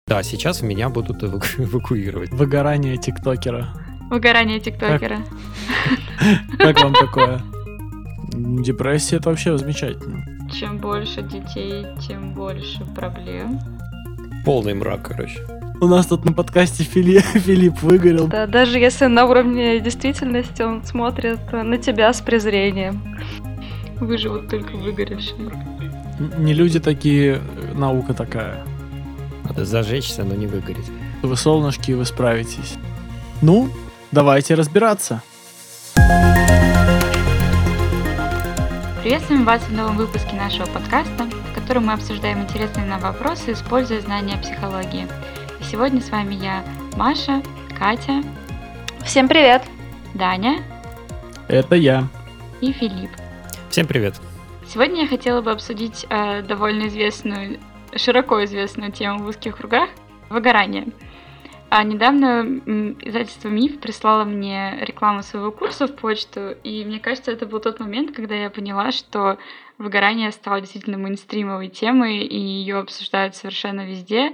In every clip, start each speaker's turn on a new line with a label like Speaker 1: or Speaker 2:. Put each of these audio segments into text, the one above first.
Speaker 1: Да, сейчас меня будут эвакуировать.
Speaker 2: Выгорание тиктокера.
Speaker 3: Выгорание тиктокера.
Speaker 2: Как вам такое? Депрессия — это вообще замечательно.
Speaker 3: Чем больше детей, тем больше проблем.
Speaker 1: Полный мрак, короче.
Speaker 2: У нас тут на подкасте Филипп выгорел.
Speaker 4: Да, даже если на уровне действительности он смотрит на тебя с презрением.
Speaker 3: Выживут только выгоревшие.
Speaker 2: Не люди такие, наука такая.
Speaker 1: Надо зажечься, но не выгореть.
Speaker 2: Вы солнышки, вы справитесь. Ну, давайте разбираться.
Speaker 3: Приветствуем вас в новом выпуске нашего подкаста, в котором мы обсуждаем интересные нам вопросы, используя знания психологии. И сегодня с вами я, Маша, Катя.
Speaker 4: Всем привет!
Speaker 3: Даня.
Speaker 2: Это я.
Speaker 3: И Филипп.
Speaker 1: Всем привет.
Speaker 3: Сегодня я хотела бы обсудить довольно известную, широко известную тему в узких кругах – выгорание. Недавно издательство МИФ прислало мне рекламу своего курса в почту, и мне кажется, это был тот момент, когда я поняла, что выгорание стало действительно мейнстримовой темой, и ее обсуждают совершенно везде.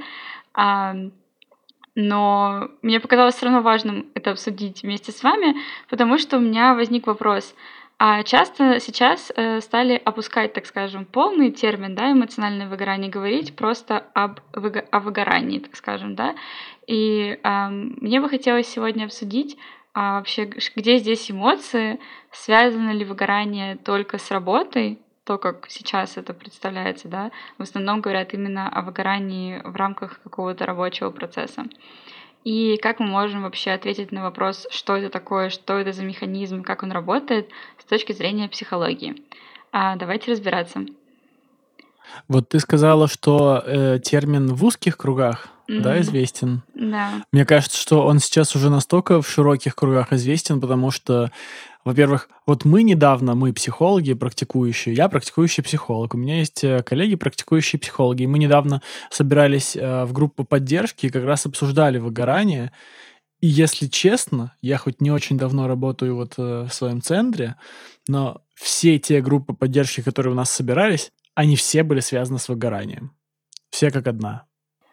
Speaker 3: Но мне показалось все равно важным это обсудить вместе с вами, потому что у меня возник вопрос. Часто сейчас стали опускать, так скажем, полный термин, да, эмоциональное выгорание, говорить просто о выгорании, так скажем, да. И мне бы хотелось сегодня обсудить вообще, где здесь эмоции, связано ли выгорание только с работой, то, как сейчас это представляется, да. В основном говорят именно о выгорании в рамках какого-то рабочего процесса. И как мы можем вообще ответить на вопрос, что это такое, что это за механизм, как он работает с точки зрения психологии. Давайте разбираться.
Speaker 2: Вот ты сказала, что термин в узких кругах, да, известен?
Speaker 3: Да.
Speaker 2: Мне кажется, что он сейчас уже настолько в широких кругах известен, потому что, во-первых, вот мы психологи практикующие, я практикующий психолог, у меня есть коллеги, практикующие психологи, и мы недавно собирались в группу поддержки и как раз обсуждали выгорание. И если честно, я хоть не очень давно работаю вот в своем центре, но все те группы поддержки, которые у нас собирались, они все были связаны с выгоранием. Все как одна.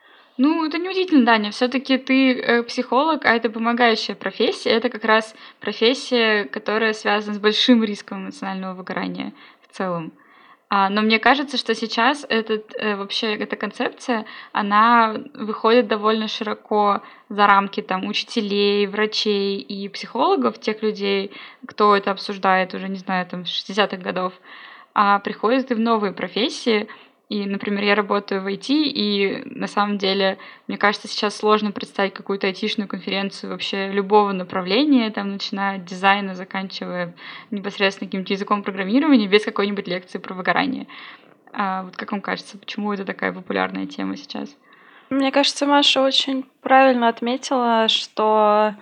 Speaker 3: Ну, это неудивительно, Даня. Все-таки ты психолог, а это помогающая профессия. Это как раз профессия, которая связана с большим риском эмоционального выгорания в целом. Но мне кажется, что сейчас вообще эта концепция, она выходит довольно широко за рамки там, учителей, врачей и психологов, тех людей, кто это обсуждает уже, не знаю, там, с 60-х годов, приходят и в новые профессии. И, например, я работаю в IT, и на самом деле, мне кажется, сейчас сложно представить какую-то айтишную конференцию вообще любого направления, там, начиная от дизайна, заканчивая непосредственно каким-то языком программирования, без какой-нибудь лекции про выгорание. Вот как вам кажется, почему это такая популярная тема сейчас?
Speaker 4: Мне кажется, Маша очень правильно отметила, что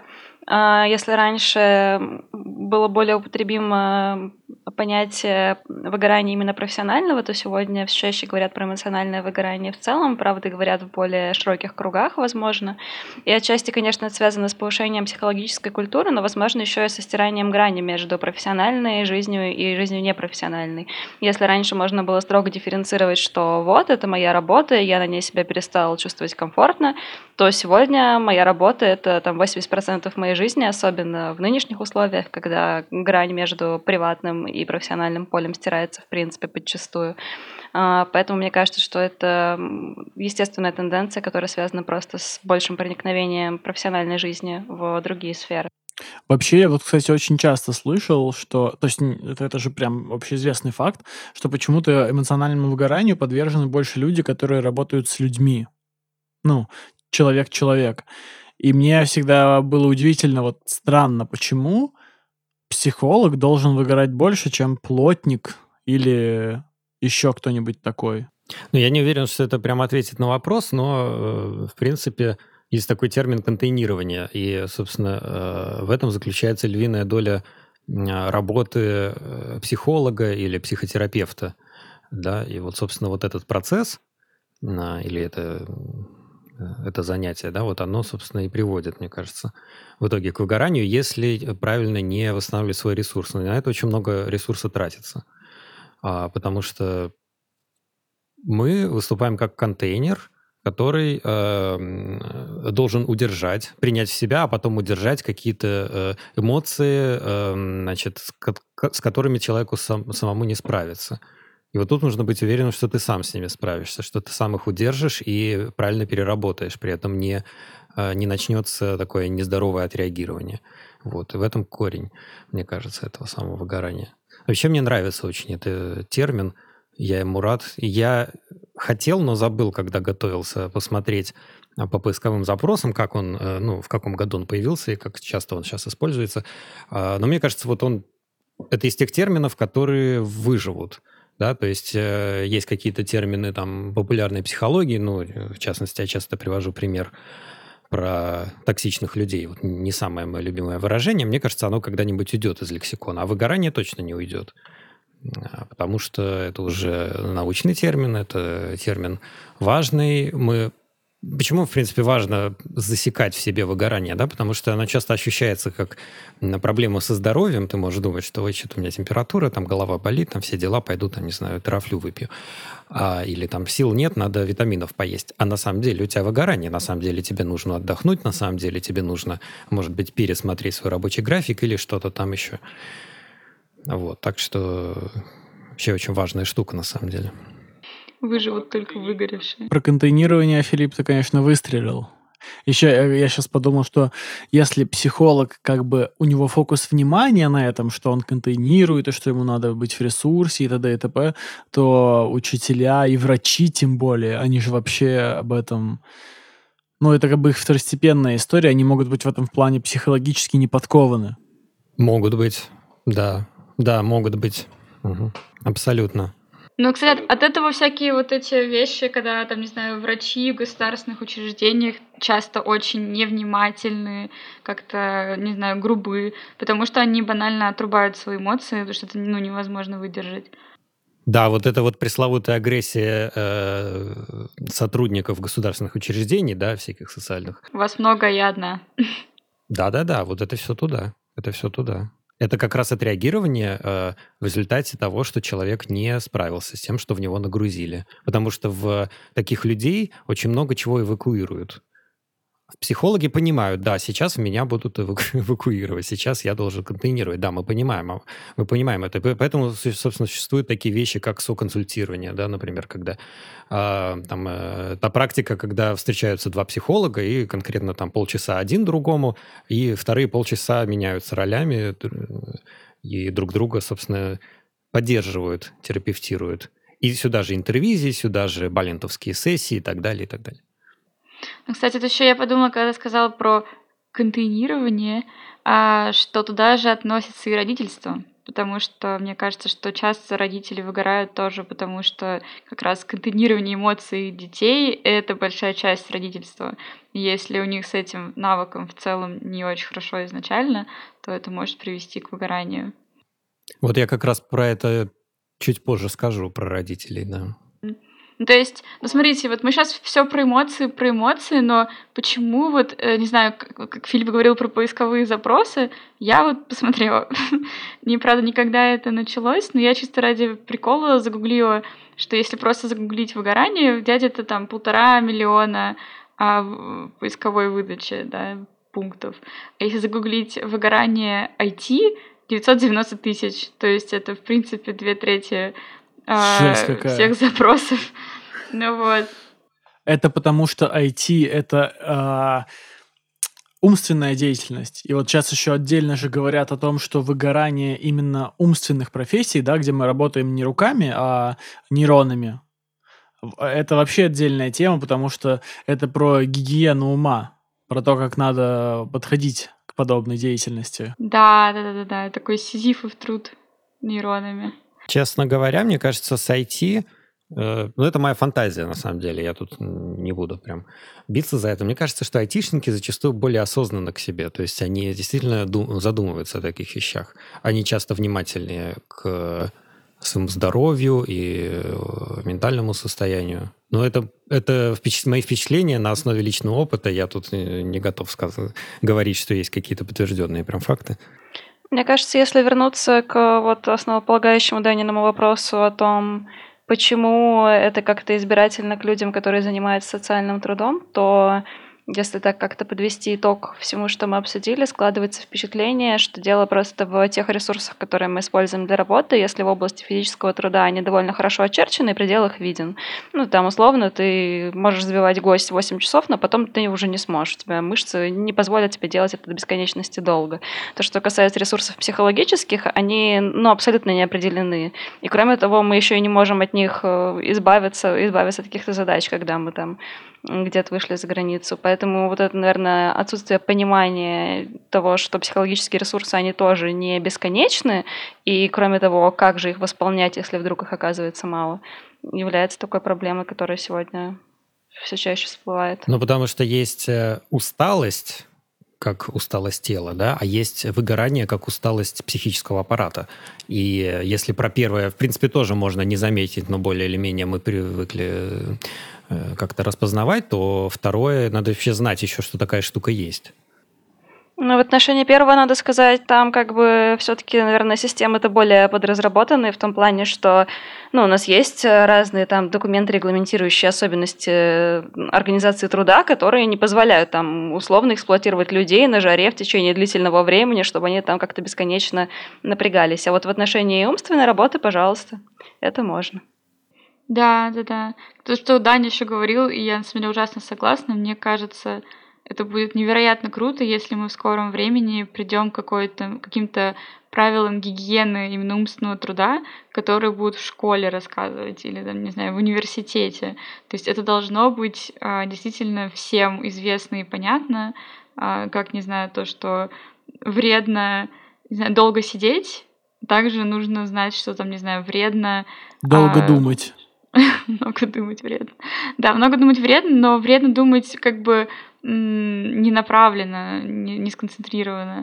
Speaker 4: если раньше было более употребимо понятие выгорания именно профессионального, то сегодня все чаще говорят про эмоциональное выгорание в целом, правда, говорят в более широких кругах, возможно. И отчасти, конечно, это связано с повышением психологической культуры, но, возможно, еще и со стиранием грани между профессиональной жизнью и жизнью непрофессиональной. Если раньше можно было строго дифференцировать, что вот, это моя работа, и я на ней себя перестала чувствовать комфортно, то сегодня моя работа — это там 80% моей жизни, особенно в нынешних условиях, когда грань между приватным и профессиональным полем стирается, в принципе, подчастую. Поэтому мне кажется, что это естественная тенденция, которая связана просто с большим проникновением профессиональной жизни в другие сферы.
Speaker 2: Вообще, я вот, кстати, очень часто слышал, что... То есть это же прям общеизвестный факт, что почему-то эмоциональному выгоранию подвержены больше люди, которые работают с людьми. Ну, человек-человек. И мне всегда было удивительно, вот странно, почему психолог должен выгорать больше, чем плотник или еще кто-нибудь такой.
Speaker 1: Ну, я не уверен, что это прямо ответит на вопрос, но, в принципе, есть такой термин контейнирование. И, собственно, в этом заключается львиная доля работы психолога или психотерапевта. Да? И вот, собственно, вот этот процесс или это занятие, да, вот оно, собственно, и приводит, мне кажется, в итоге к выгоранию, если правильно не восстанавливать свой ресурс. Но на это очень много ресурса тратится. Потому что мы выступаем как контейнер который должен удержать, принять в себя, а потом удержать какие-то эмоции, значит, с которыми человеку самому не справиться. И вот тут нужно быть уверенным, что ты сам с ними справишься, что ты сам их удержишь и правильно переработаешь, при этом не начнется такое нездоровое отреагирование. Вот, и в этом корень, мне кажется, этого самого выгорания. Вообще мне нравится очень этот термин, я ему рад. Я хотел, но забыл, когда готовился, посмотреть по поисковым запросам, как он, в каком году он появился и как часто он сейчас используется. Но мне кажется, вот это из тех терминов, которые выживут. Да, то есть есть какие-то термины там популярной психологии, в частности, я часто привожу пример про токсичных людей. Вот не самое мое любимое выражение. Мне кажется, оно когда-нибудь уйдет из лексикона, а выгорание точно не уйдет. Потому что это уже научный термин, это термин важный. Почему, в принципе, важно засекать в себе выгорание, да? Потому что оно часто ощущается как проблема со здоровьем. Ты можешь думать, что ой, что-то у меня температура, там голова болит, там все дела, пойду, там, не знаю, тарафлю выпью. Или там сил нет, надо витаминов поесть. А на самом деле у тебя выгорание, на самом деле тебе нужно отдохнуть, на самом деле тебе нужно, может быть, пересмотреть свой рабочий график или что-то там еще. Вот, так что вообще очень важная штука на самом деле.
Speaker 3: Выживут только выгоревшие.
Speaker 2: Про контейнирование Филипп, ты, конечно, выстрелил. Еще я сейчас подумал, что если психолог, у него фокус внимания на этом, что он контейнирует, и что ему надо быть в ресурсе и т.д. и т.п., то учителя и врачи тем более, они же вообще об этом... это их второстепенная история, они могут быть в этом плане психологически не подкованы.
Speaker 1: Могут быть, да. Да, могут быть. Угу. Абсолютно.
Speaker 3: Кстати, от этого всякие вот эти вещи, когда, там, не знаю, врачи в государственных учреждениях часто очень невнимательны, как-то, не знаю, грубы, потому что они банально отрубают свои эмоции, потому что это, невозможно выдержать. Да,
Speaker 1: вот эта вот пресловутая агрессия сотрудников государственных учреждений, да, всяких социальных.
Speaker 3: Вас много, я одна.
Speaker 1: Да, вот это все туда. Это как раз отреагирование в результате того, что человек не справился с тем, что в него нагрузили. Потому что в таких людей очень много чего эвакуируют. Психологи понимают, да, сейчас меня будут эвакуировать, сейчас я должен контейнировать. Да, мы понимаем это. Поэтому, собственно, существуют такие вещи, как соконсультирование, да, например, когда та практика, когда встречаются два психолога, и конкретно там полчаса один другому, и вторые полчаса меняются ролями, и друг друга, собственно, поддерживают, терапевтируют. И сюда же интервизии, сюда же балентовские сессии и так далее, и так далее.
Speaker 3: Кстати, это еще я подумала, когда сказала про контейнирование, что туда же относится и родительство. Потому что мне кажется, что часто родители выгорают тоже, потому что как раз контейнирование эмоций детей — это большая часть родительства. И если у них с этим навыком в целом не очень хорошо изначально, то это может привести к выгоранию.
Speaker 1: Вот я как раз про это чуть позже скажу, про родителей, да.
Speaker 3: То есть, смотрите, вот мы сейчас все про эмоции, но почему не знаю, как Филипп говорил про поисковые запросы, я посмотрела. Правда, никогда это началось, но я чисто ради прикола загуглила, что если просто загуглить выгорание, где-то там 1,5 миллиона в поисковой выдаче, да, пунктов. А если загуглить выгорание IT, 990 тысяч. То есть это, в принципе, 2/3 всех запросов.
Speaker 2: Это потому, что IT — это умственная деятельность. И вот сейчас еще отдельно же говорят о том, что выгорание именно умственных профессий, да, где мы работаем не руками, а нейронами. Это вообще отдельная тема, потому что это про гигиену ума, про то, как надо подходить к подобной деятельности.
Speaker 3: Да, такой сизифов труд нейронами.
Speaker 1: Честно говоря, мне кажется, с IT, это моя фантазия, на самом деле, я тут не буду прям биться за это. Мне кажется, что айтишники зачастую более осознанны к себе, то есть они действительно задумываются о таких вещах. Они часто внимательнее к своему здоровью и ментальному состоянию. Но это мои впечатления на основе личного опыта. Я тут не готов говорить, что есть какие-то подтвержденные прям факты.
Speaker 4: Мне кажется, если вернуться к основополагающему Даниному вопросу о том, почему это как-то избирательно к людям, которые занимаются социальным трудом, то если так как-то подвести итог всему, что мы обсудили, складывается впечатление, что дело просто в тех ресурсах, которые мы используем для работы. Если в области физического труда они довольно хорошо очерчены, и предел их виден. Там условно ты можешь забивать гвоздь 8 часов, но потом ты уже не сможешь. У тебя мышцы не позволят тебе делать это до бесконечности долго. То, что касается ресурсов психологических, они абсолютно не определены. И кроме того, мы еще и не можем от них избавиться от каких-то задач, когда мы там где-то вышли за границу. Поэтому вот это, наверное, отсутствие понимания того, что психологические ресурсы, они тоже не бесконечны, и кроме того, как же их восполнять, если вдруг их оказывается мало, является такой проблемой, которая сегодня все чаще всплывает.
Speaker 1: Потому что есть усталость, как усталость тела, да, а есть выгорание, как усталость психического аппарата. И если про первое, в принципе, тоже можно не заметить, но более или менее мы привыкли как-то распознавать, то второе, надо вообще знать еще, что такая штука есть.
Speaker 4: В отношении первого надо сказать, там все-таки, наверное, системы-то более подразработанные в том плане, что у нас есть разные там документы, регламентирующие особенности организации труда, которые не позволяют там условно эксплуатировать людей на жаре в течение длительного времени, чтобы они там как-то бесконечно напрягались. А вот в отношении умственной работы, пожалуйста, это можно.
Speaker 3: Да. То, что Даня еще говорил, и я, на самом деле, ужасно согласна, мне кажется, это будет невероятно круто, если мы в скором времени придем к каким-то правилам гигиены именно умственного труда, которые будут в школе рассказывать или, там, не знаю, в университете. То есть это должно быть действительно всем известно и понятно, как, не знаю, то, что вредно, не знаю, долго сидеть, также нужно знать, что там, не знаю, вредно...
Speaker 2: Долго думать.
Speaker 3: Много думать вредно. Да, много думать вредно, но вредно думать не направленно, не сконцентрированно.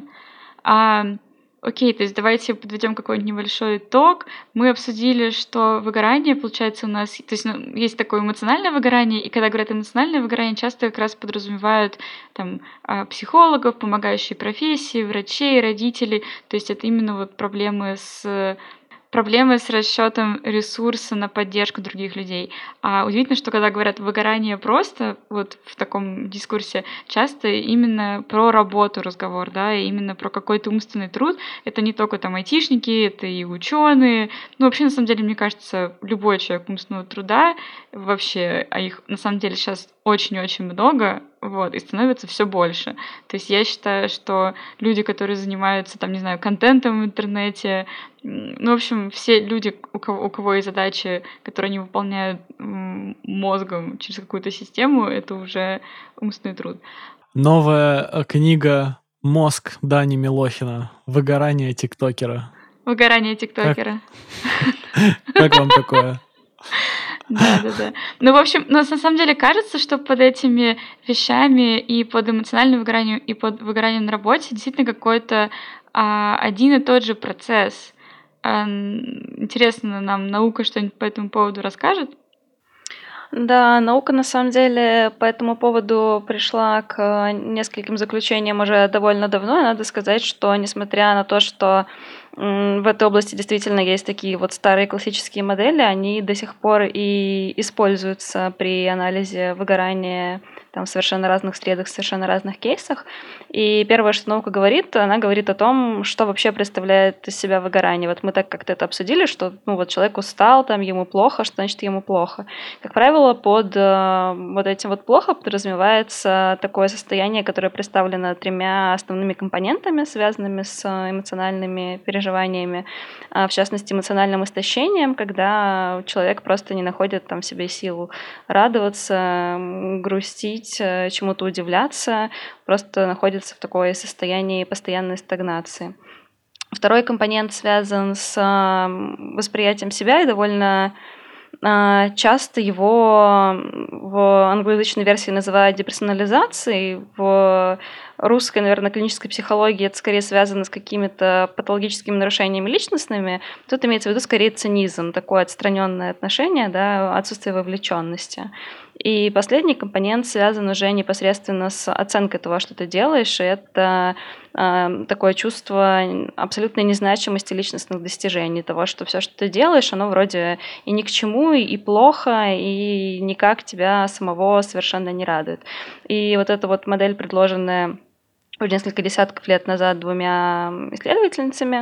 Speaker 3: Окей, то есть давайте подведем какой-нибудь небольшой итог. Мы обсудили, что выгорание, получается, у нас... То есть есть такое эмоциональное выгорание, и когда говорят эмоциональное выгорание, часто как раз подразумевают там психологов, помогающие профессии, врачей, родителей. То есть это именно проблемы с расчетом ресурса на поддержку других людей. А удивительно, что когда говорят выгорание просто, вот в таком дискурсе, часто именно про работу разговор, да, и именно про какой-то умственный труд. Это не только там айтишники, это и ученые. Вообще, на самом деле, мне кажется, любой человек умственного труда, вообще, а их на самом деле сейчас очень-очень много, и становится все больше. То есть я считаю, что люди, которые занимаются, там, не знаю, контентом в интернете, в общем, все люди, у кого есть задачи, которые они выполняют мозгом через какую-то систему, это уже умственный труд.
Speaker 2: Новая книга «Мозг» Дани Милохина. «Выгорание тиктокера».
Speaker 3: «Выгорание тиктокера».
Speaker 2: Как вам такое?
Speaker 3: Да. В общем, на самом деле кажется, что под этими вещами и под эмоциональным выгоранием, и под выгоранием на работе действительно какой-то один и тот же процесс. Интересно, нам наука что-нибудь по этому поводу расскажет?
Speaker 4: Да, наука на самом деле по этому поводу пришла к нескольким заключениям уже довольно давно. И надо сказать, что несмотря на то, что в этой области действительно есть такие старые классические модели, они до сих пор и используются при анализе выгорания в совершенно разных средах, в совершенно разных кейсах. И первое, что наука говорит, она говорит о том, что вообще представляет из себя выгорание. Мы так как-то это обсудили, что человек устал, ему плохо, что значит ему плохо. Как правило, под этим плохо подразумевается такое состояние, которое представлено 3 основными компонентами, связанными с эмоциональными переживаниями, в частности, эмоциональным истощением, когда человек просто не находит в себе сил радоваться, грустить, чему-то удивляться, просто находится в такое состоянии постоянной стагнации. Второй компонент связан с восприятием себя, и довольно часто его в англоязычной версии называют деперсонализацией. В русской, наверное, клинической психологии это скорее связано с какими-то патологическими нарушениями личностными. Тут имеется в виду скорее цинизм, такое отстраненное отношение, да, отсутствие вовлеченности. И последний компонент связан уже непосредственно с оценкой того, что ты делаешь, и это такое чувство абсолютной незначимости личностных достижений, того, что все, что ты делаешь, оно вроде и ни к чему, и плохо, и никак тебя самого совершенно не радует. И вот эта вот модель, предложенная уже несколько десятков лет назад двумя исследовательницами,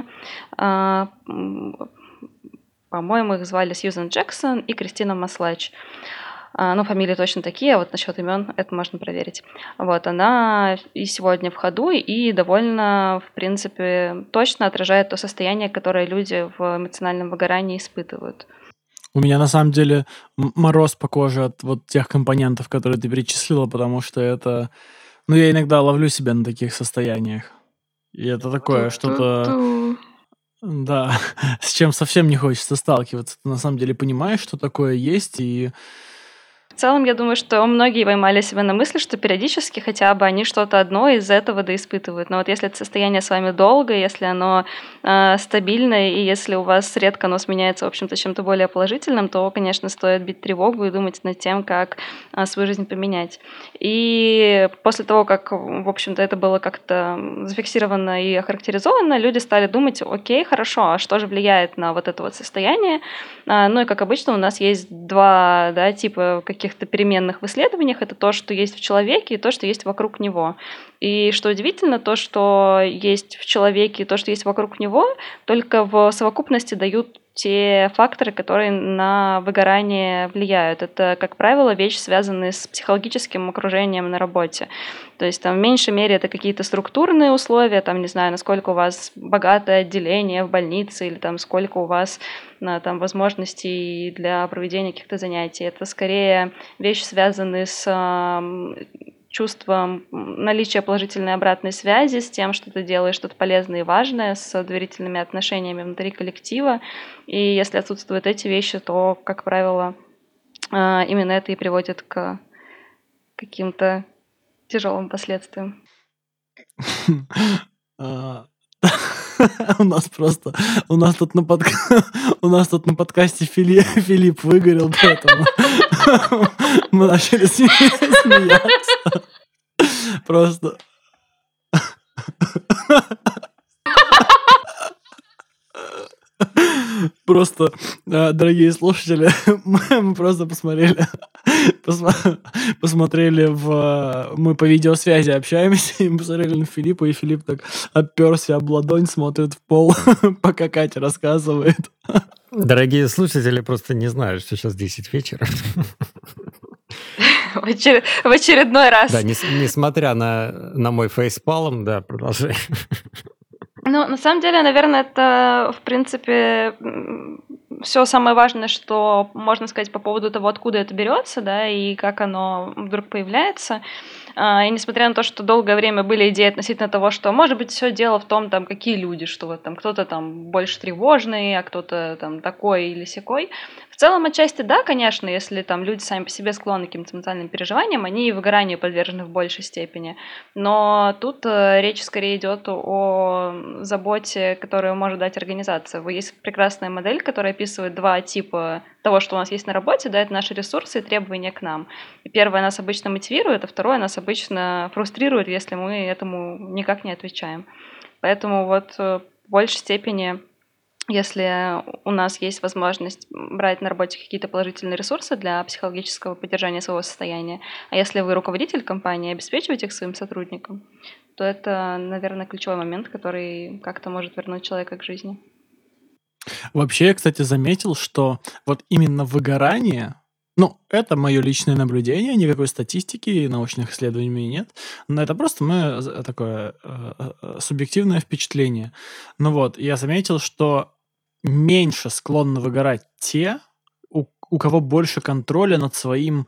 Speaker 4: по-моему, их звали Сьюзан Джексон и Кристина Маслач. Фамилии точно такие, а вот насчет имен это можно проверить. Вот, она и сегодня в ходу, и довольно, в принципе, точно отражает то состояние, которое люди в эмоциональном выгорании испытывают.
Speaker 2: У меня на самом деле мороз по коже от вот тех компонентов, которые ты перечислила, потому что это... Ну, я иногда ловлю себя на таких состояниях. И это такое что-то...
Speaker 3: Ту-ту-ту.
Speaker 2: Да, с чем совсем не хочется сталкиваться. Ты на самом деле понимаешь, что такое есть, и
Speaker 4: В целом, я думаю, что многие поймали себя на мысли, что периодически хотя бы они что-то одно из этого доиспытывают. Но вот если это состояние с вами долго, если оно стабильное, и если у вас редко оно сменяется, в общем-то, чем-то более положительным, то, конечно, стоит бить тревогу и думать над тем, как свою жизнь поменять. И после того, как, в общем-то, это было как-то зафиксировано и охарактеризовано, люди стали думать: окей, хорошо, а что же влияет на вот это вот состояние? Ну и, как обычно, у нас есть два, да, типа каких-то переменных в исследованиях. Это то, что есть в человеке, и то, что есть вокруг него. И что удивительно, то, что есть в человеке, и то, что есть вокруг него, только в совокупности дают те факторы, которые на выгорание влияют. Это, как правило, вещи, связанные с психологическим окружением на работе. То есть там в меньшей мере это какие-то структурные условия, там, не знаю, насколько у вас богатое отделение в больнице, или там сколько у вас там возможностей для проведения каких-то занятий. Это скорее вещи, связанные с чувством наличия положительной обратной связи, с тем, что ты делаешь что-то полезное и важное, с доверительными отношениями внутри коллектива. И если отсутствуют эти вещи, то, как правило, именно это и приводит к каким-то тяжелым последствиям.
Speaker 2: У нас тут на подкасте Филипп выгорел, поэтому мы начали смеяться. Просто... Просто, дорогие слушатели, мы просто посмотрели мы по видеосвязи общаемся, и мы посмотрели на Филиппа, и Филипп так оперся об ладонь, смотрит в пол, пока Катя рассказывает.
Speaker 1: Дорогие слушатели просто не знают, что сейчас 10 вечера.
Speaker 4: В очередной раз.
Speaker 1: Да, несмотря на мой фейспалм, да, продолжай.
Speaker 4: Ну, на самом деле, наверное, это, в принципе, все самое важное, что можно сказать по поводу того, откуда это берется, да, и как оно вдруг появляется. И несмотря на то, что долгое время были идеи относительно того, что, может быть, все дело в том, там, какие люди, что вот там кто-то там больше тревожный, а кто-то там такой или сякой. В целом, отчасти да, конечно, если там люди сами по себе склонны к каким-то эмоциональным переживаниям, они и выгоранию подвержены в большей степени. Но тут речь скорее идет о заботе, которую может дать организация. Есть прекрасная модель, которая описывает два типа того, что у нас есть на работе, да, это наши ресурсы и требования к нам. И первое нас обычно мотивирует, а второе нас обычно фрустрирует, если мы этому никак не отвечаем. Поэтому вот в большей степени, если у нас есть возможность брать на работе какие-то положительные ресурсы для психологического поддержания своего состояния, а если вы руководитель компании, обеспечиваете их своим сотрудникам, то это, наверное, ключевой момент, который как-то может вернуть человека к жизни.
Speaker 2: Вообще, я, кстати, заметил, что вот именно выгорание, ну, это мое личное наблюдение, никакой статистики и научных исследований нет, но это просто мое такое субъективное впечатление. Ну вот, я заметил, что меньше склонны выгорать те, у кого больше контроля над своим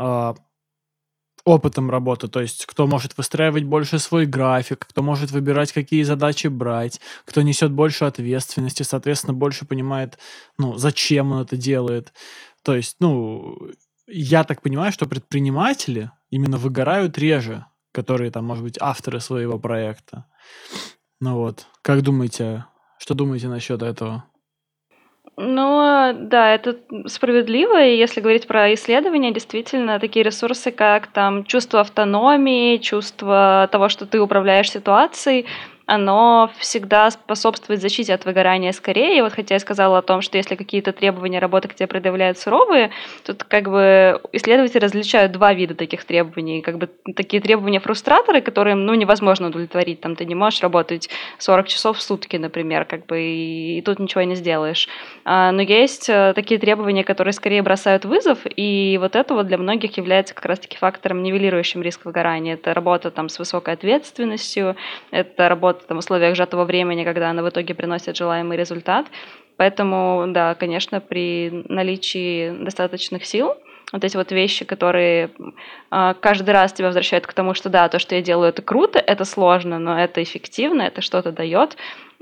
Speaker 2: опытом работы, то есть кто может выстраивать больше свой график, кто может выбирать, какие задачи брать, кто несет больше ответственности, соответственно, больше понимает, ну, зачем он это делает. То есть, ну, я так понимаю, что предприниматели именно выгорают реже, которые там, может быть, авторы своего проекта. Ну вот, как думаете, что думаете насчет этого?
Speaker 4: Ну, да, это справедливо. И если говорить про исследования, действительно, такие ресурсы, как там чувство автономии, чувство того, что ты управляешь ситуацией, оно всегда способствует защите от выгорания скорее. И вот хотя я сказала о том, что если какие-то требования работы к тебе предъявляют суровые, тут как бы исследователи различают два вида таких требований. Как бы такие требования-фрустраторы, которым, ну, невозможно удовлетворить. Там ты не можешь работать 40 часов в сутки, например, как бы, и тут ничего не сделаешь. Но есть такие требования, которые скорее бросают вызов, и вот это вот для многих является как раз-таки фактором, нивелирующим риск выгорания. Это работа там с высокой ответственностью, это работа там, в условиях сжатого времени, когда она в итоге приносит желаемый результат. Поэтому, да, конечно, при наличии достаточных сил, вот эти вот вещи, которые каждый раз тебя возвращают к тому, что да, то, что я делаю, это круто, это сложно, но это эффективно, это что-то дает,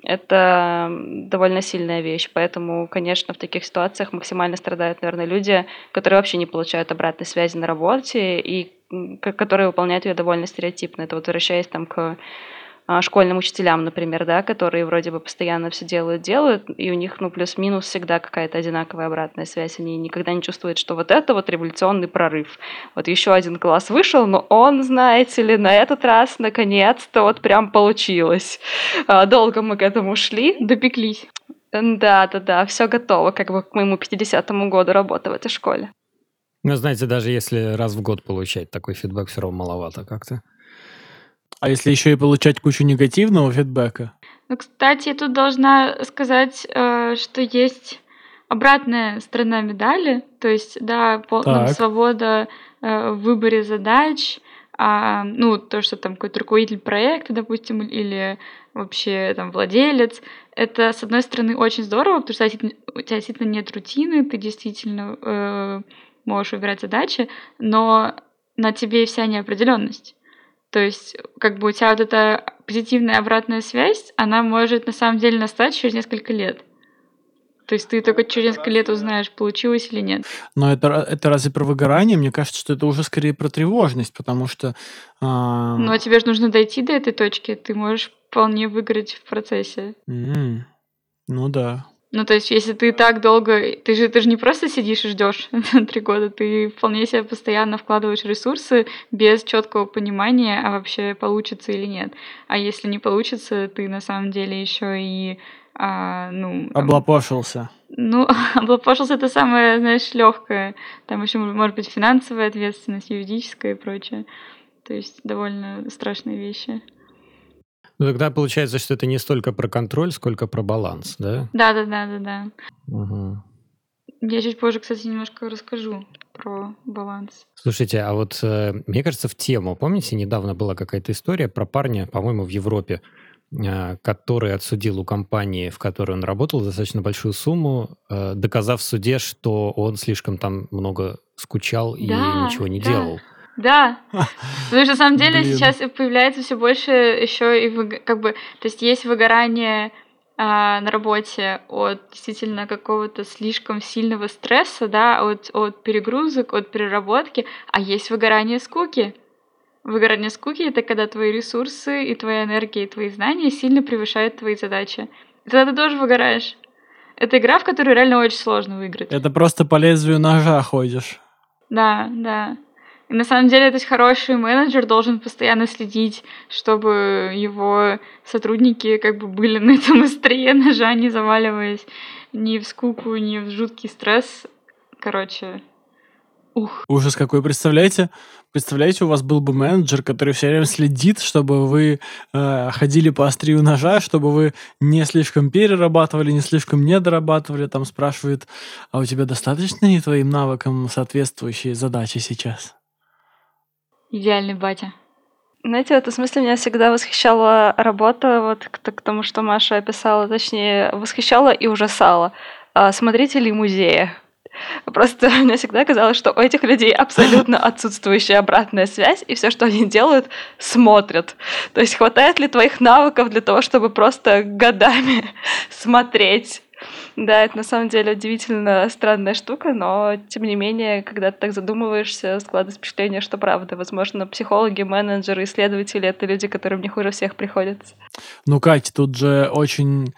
Speaker 4: это довольно сильная вещь. Поэтому, конечно, в таких ситуациях максимально страдают, наверное, люди, которые вообще не получают обратной связи на работе и которые выполняют ее довольно стереотипно. Это вот возвращаясь там к школьным учителям, например, да, которые вроде бы постоянно все делают, и у них, ну, плюс-минус всегда какая-то одинаковая обратная связь. Они никогда не чувствуют, что вот это вот революционный прорыв. Вот еще один класс вышел, но он, знаете ли, на этот раз наконец-то вот прям получилось. Долго мы к этому шли.
Speaker 3: Допеклись.
Speaker 4: Да, все готово, как бы к моему 50-му году работы в этой школе.
Speaker 1: Ну, знаете, даже если раз в год получать такой фидбэк, все равно маловато как-то.
Speaker 2: А если еще и получать кучу негативного фидбэка?
Speaker 3: Ну, кстати, я тут должна сказать, что есть обратная сторона медали. То есть, да,
Speaker 2: Так.
Speaker 3: свобода в выборе задач, ну, то, что там какой-то руководитель проекта, допустим, или вообще там владелец, это, с одной стороны, очень здорово, потому что у тебя действительно нет рутины, ты действительно можешь выбирать задачи, но на тебе вся неопределенность. То есть, как бы у тебя вот эта позитивная обратная связь, она может на самом деле настать через несколько лет. То есть ты только через несколько лет узнаешь, получилось или нет.
Speaker 2: Но это разве про выгорание? Мне кажется, что это уже скорее про тревожность, потому что...
Speaker 3: Ну, а тебе же нужно дойти до этой точки, ты можешь вполне выиграть в процессе.
Speaker 2: Ну да.
Speaker 3: Ну, то есть, если ты так долго... Ты же не просто сидишь и ждешь 3 года, ты вполне себе постоянно вкладываешь ресурсы без четкого понимания, а вообще получится или нет. А если не получится, ты на самом деле еще и...
Speaker 2: Облапошился.
Speaker 3: Ну, облапошился — это самое, знаешь, легкое. Там еще может быть финансовая ответственность, юридическая и прочее. То есть довольно страшные вещи.
Speaker 1: Ну, тогда получается, что это не столько про контроль, сколько про баланс, да?
Speaker 3: Да.
Speaker 1: Угу.
Speaker 3: Я чуть позже, кстати, немножко расскажу про баланс.
Speaker 1: Слушайте, а вот мне кажется, в тему, помните, недавно была какая-то история про парня, по-моему, в Европе, который отсудил у компании, в которой он работал, достаточно большую сумму, доказав в суде, что он слишком там много скучал и ничего не делал.
Speaker 3: Да, потому что на самом деле сейчас появляется все больше еще и как бы, то есть есть выгорание на работе от действительно какого-то слишком сильного стресса, да, от перегрузок, от переработки, а есть выгорание скуки. Выгорание скуки — это когда твои ресурсы и твоя энергия, и твои знания сильно превышают твои задачи. И тогда ты тоже выгораешь. Это игра, в которую реально очень сложно выиграть.
Speaker 2: Это просто по лезвию ножа ходишь.
Speaker 3: Да. И на самом деле, то есть хороший менеджер должен постоянно следить, чтобы его сотрудники как бы были на этом острие ножа, не заваливаясь ни в скуку, ни в жуткий стресс. Короче,
Speaker 2: Ужас какой, представляете? Представляете, у вас был бы менеджер, который все время следит, чтобы вы ходили по острию ножа, чтобы вы не слишком перерабатывали, не слишком недорабатывали, там спрашивает, а у тебя достаточно ли твоим навыкам соответствующие задачи сейчас?
Speaker 3: идеальный батя.
Speaker 4: Знаете, в этом смысле меня всегда восхищала работа, вот к тому, что Маша описала, точнее, восхищала и ужасала смотрителей музея. Просто мне всегда казалось, что у этих людей абсолютно отсутствующая обратная связь, и все, что они делают, смотрят. То есть хватает ли твоих навыков для того, чтобы просто годами смотреть? Да, это на самом деле удивительно странная штука, но тем не менее, когда ты так задумываешься, складывается впечатление, что правда. Возможно, психологи, менеджеры, исследователи — это люди, которым не хуже всех приходится.
Speaker 2: Ну, Катя, тут же очень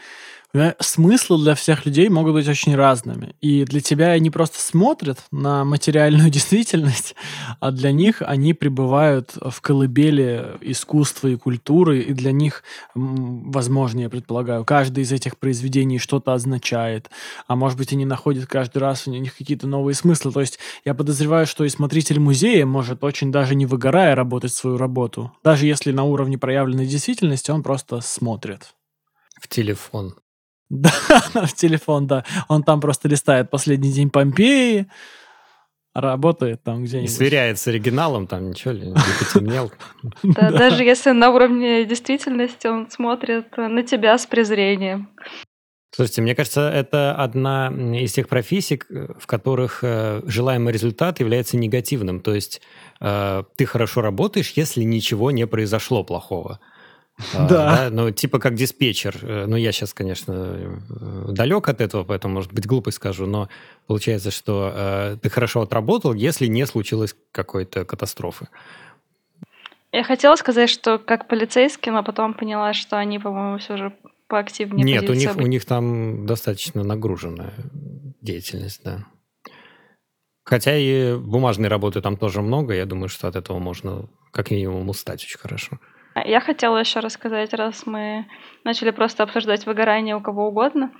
Speaker 2: Смыслы для всех людей могут быть очень разными. И для тебя они просто смотрят на материальную действительность, а для них они пребывают в колыбели искусства и культуры, и для них, возможно, я предполагаю, каждый из этих произведений что-то означает, а может быть, они находят каждый раз у них какие-то новые смыслы. То есть я подозреваю, что и смотритель музея может очень даже не выгорая работать свою работу, даже если на уровне проявленной действительности он просто смотрит.
Speaker 1: В телефон.
Speaker 2: Да, в телефон, да. Он там просто листает «Последний день Помпеи», работает там
Speaker 1: И
Speaker 2: где-нибудь.
Speaker 1: сверяет с оригиналом, там ничего ли, не потемнел.
Speaker 4: Да, даже если на уровне действительности он смотрит на тебя с презрением.
Speaker 1: Слушайте, мне кажется, это одна из тех профессий, в которых желаемый результат является негативным. То есть ты хорошо работаешь, если ничего не произошло плохого.
Speaker 2: Да.
Speaker 1: Ну, типа как диспетчер. Ну, я сейчас, конечно, далек от этого, поэтому, может быть, глупость скажу, но получается, что ты хорошо отработал, если не случилось какой-то катастрофы.
Speaker 4: Я хотела сказать, что как полицейский, но потом поняла, что они, по-моему, все же поактивнее
Speaker 1: Нет, у
Speaker 4: позиция быть.
Speaker 1: них там достаточно нагруженная деятельность, да. Хотя и бумажной работы там тоже много, я думаю, что от этого можно как минимум устать очень хорошо.
Speaker 4: Я хотела еще рассказать, раз мы начали просто обсуждать выгорание у кого угодно.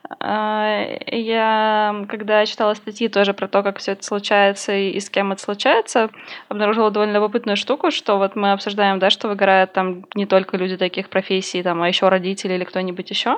Speaker 4: Я, когда читала статьи тоже про то, как все это случается и с кем это случается, обнаружила довольно любопытную штуку, что вот мы обсуждаем, да, что выгорают там не только люди таких профессий, там, а еще родители или кто-нибудь еще.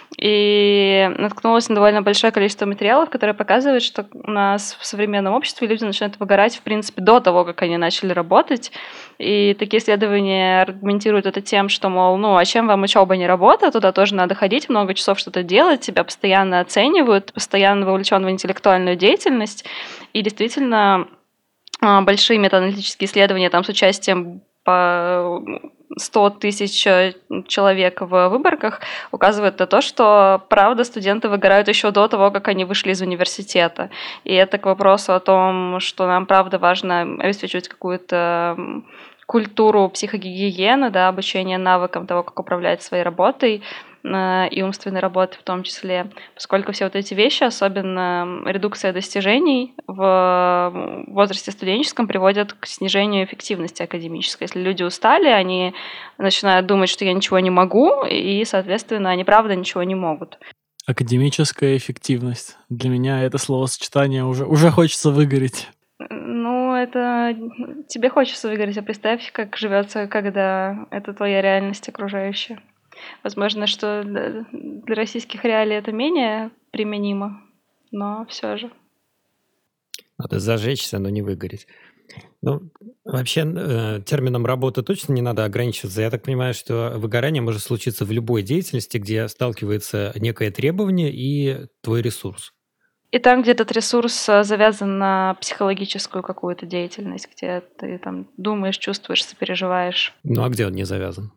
Speaker 4: И наткнулась на довольно большое количество материалов, которые показывают, что у нас в современном обществе люди начинают выгорать, в принципе, до того, как они начали работать. И такие исследования аргументируют это тем, что, мол, ну, а чем вам учеба не работа, туда тоже надо ходить, много часов что-то делать, тебя постоянно оценивают, постоянно вовлечен в интеллектуальную деятельность. И действительно, большие метааналитические исследования там с участием по 100 тысяч человек в выборках указывают на то, что, правда, студенты выгорают еще до того, как они вышли из университета. И это к вопросу о том, что нам, правда, важно обеспечивать какую-то культуру психогигиены, да, обучение навыкам того, как управлять своей работой и умственной работой в том числе, поскольку все вот эти вещи, особенно редукция достижений в возрасте студенческом, приводят к снижению эффективности академической. Если люди устали, они начинают думать, что я ничего не могу, и, соответственно, они правда ничего не могут.
Speaker 2: Академическая эффективность. Для меня это словосочетание уже хочется выгореть.
Speaker 4: Ну, это тебе хочется выгореть, а представь, как живется, когда это твоя реальность окружающая. Возможно, что для российских реалий это менее применимо, но все же.
Speaker 1: Надо зажечься, но не выгореть. Ну, вообще, термином «работа» точно не надо ограничиваться. Я так понимаю, что выгорание может случиться в любой деятельности, где сталкивается некое требование и твой ресурс.
Speaker 4: И там, где этот ресурс завязан на психологическую какую-то деятельность, где ты там думаешь, чувствуешь, сопереживаешь.
Speaker 1: Ну, а где он не завязан?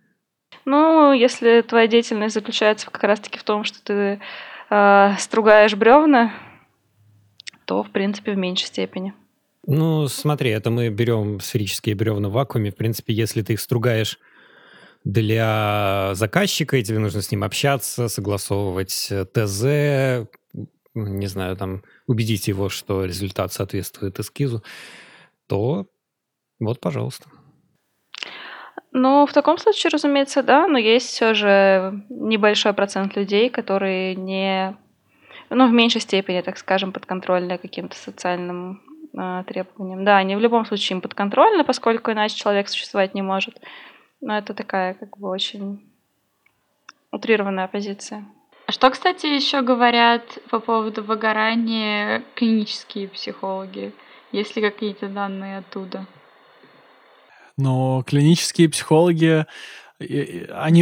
Speaker 4: Ну, если твоя деятельность заключается как раз-таки в том, что ты стругаешь бревна, то, в принципе, в меньшей степени.
Speaker 1: Ну, смотри, это мы берем сферические бревна в вакууме. В принципе, если ты их стругаешь для заказчика, и тебе нужно с ним общаться, согласовывать ТЗ, не знаю, там, убедить его, что результат соответствует эскизу, то вот, пожалуйста.
Speaker 4: Ну, в таком случае, разумеется, да, но есть все же небольшой процент людей, которые не, ну, в меньшей степени, так скажем, подконтрольны каким-то социальным требованиям. Да, они в любом случае им подконтрольны, поскольку иначе человек существовать не может. Но это такая, как бы, очень утрированная позиция.
Speaker 3: А что, кстати, еще говорят по поводу выгорания клинические психологи? Есть ли какие-то данные оттуда?
Speaker 2: Но клинические психологи, они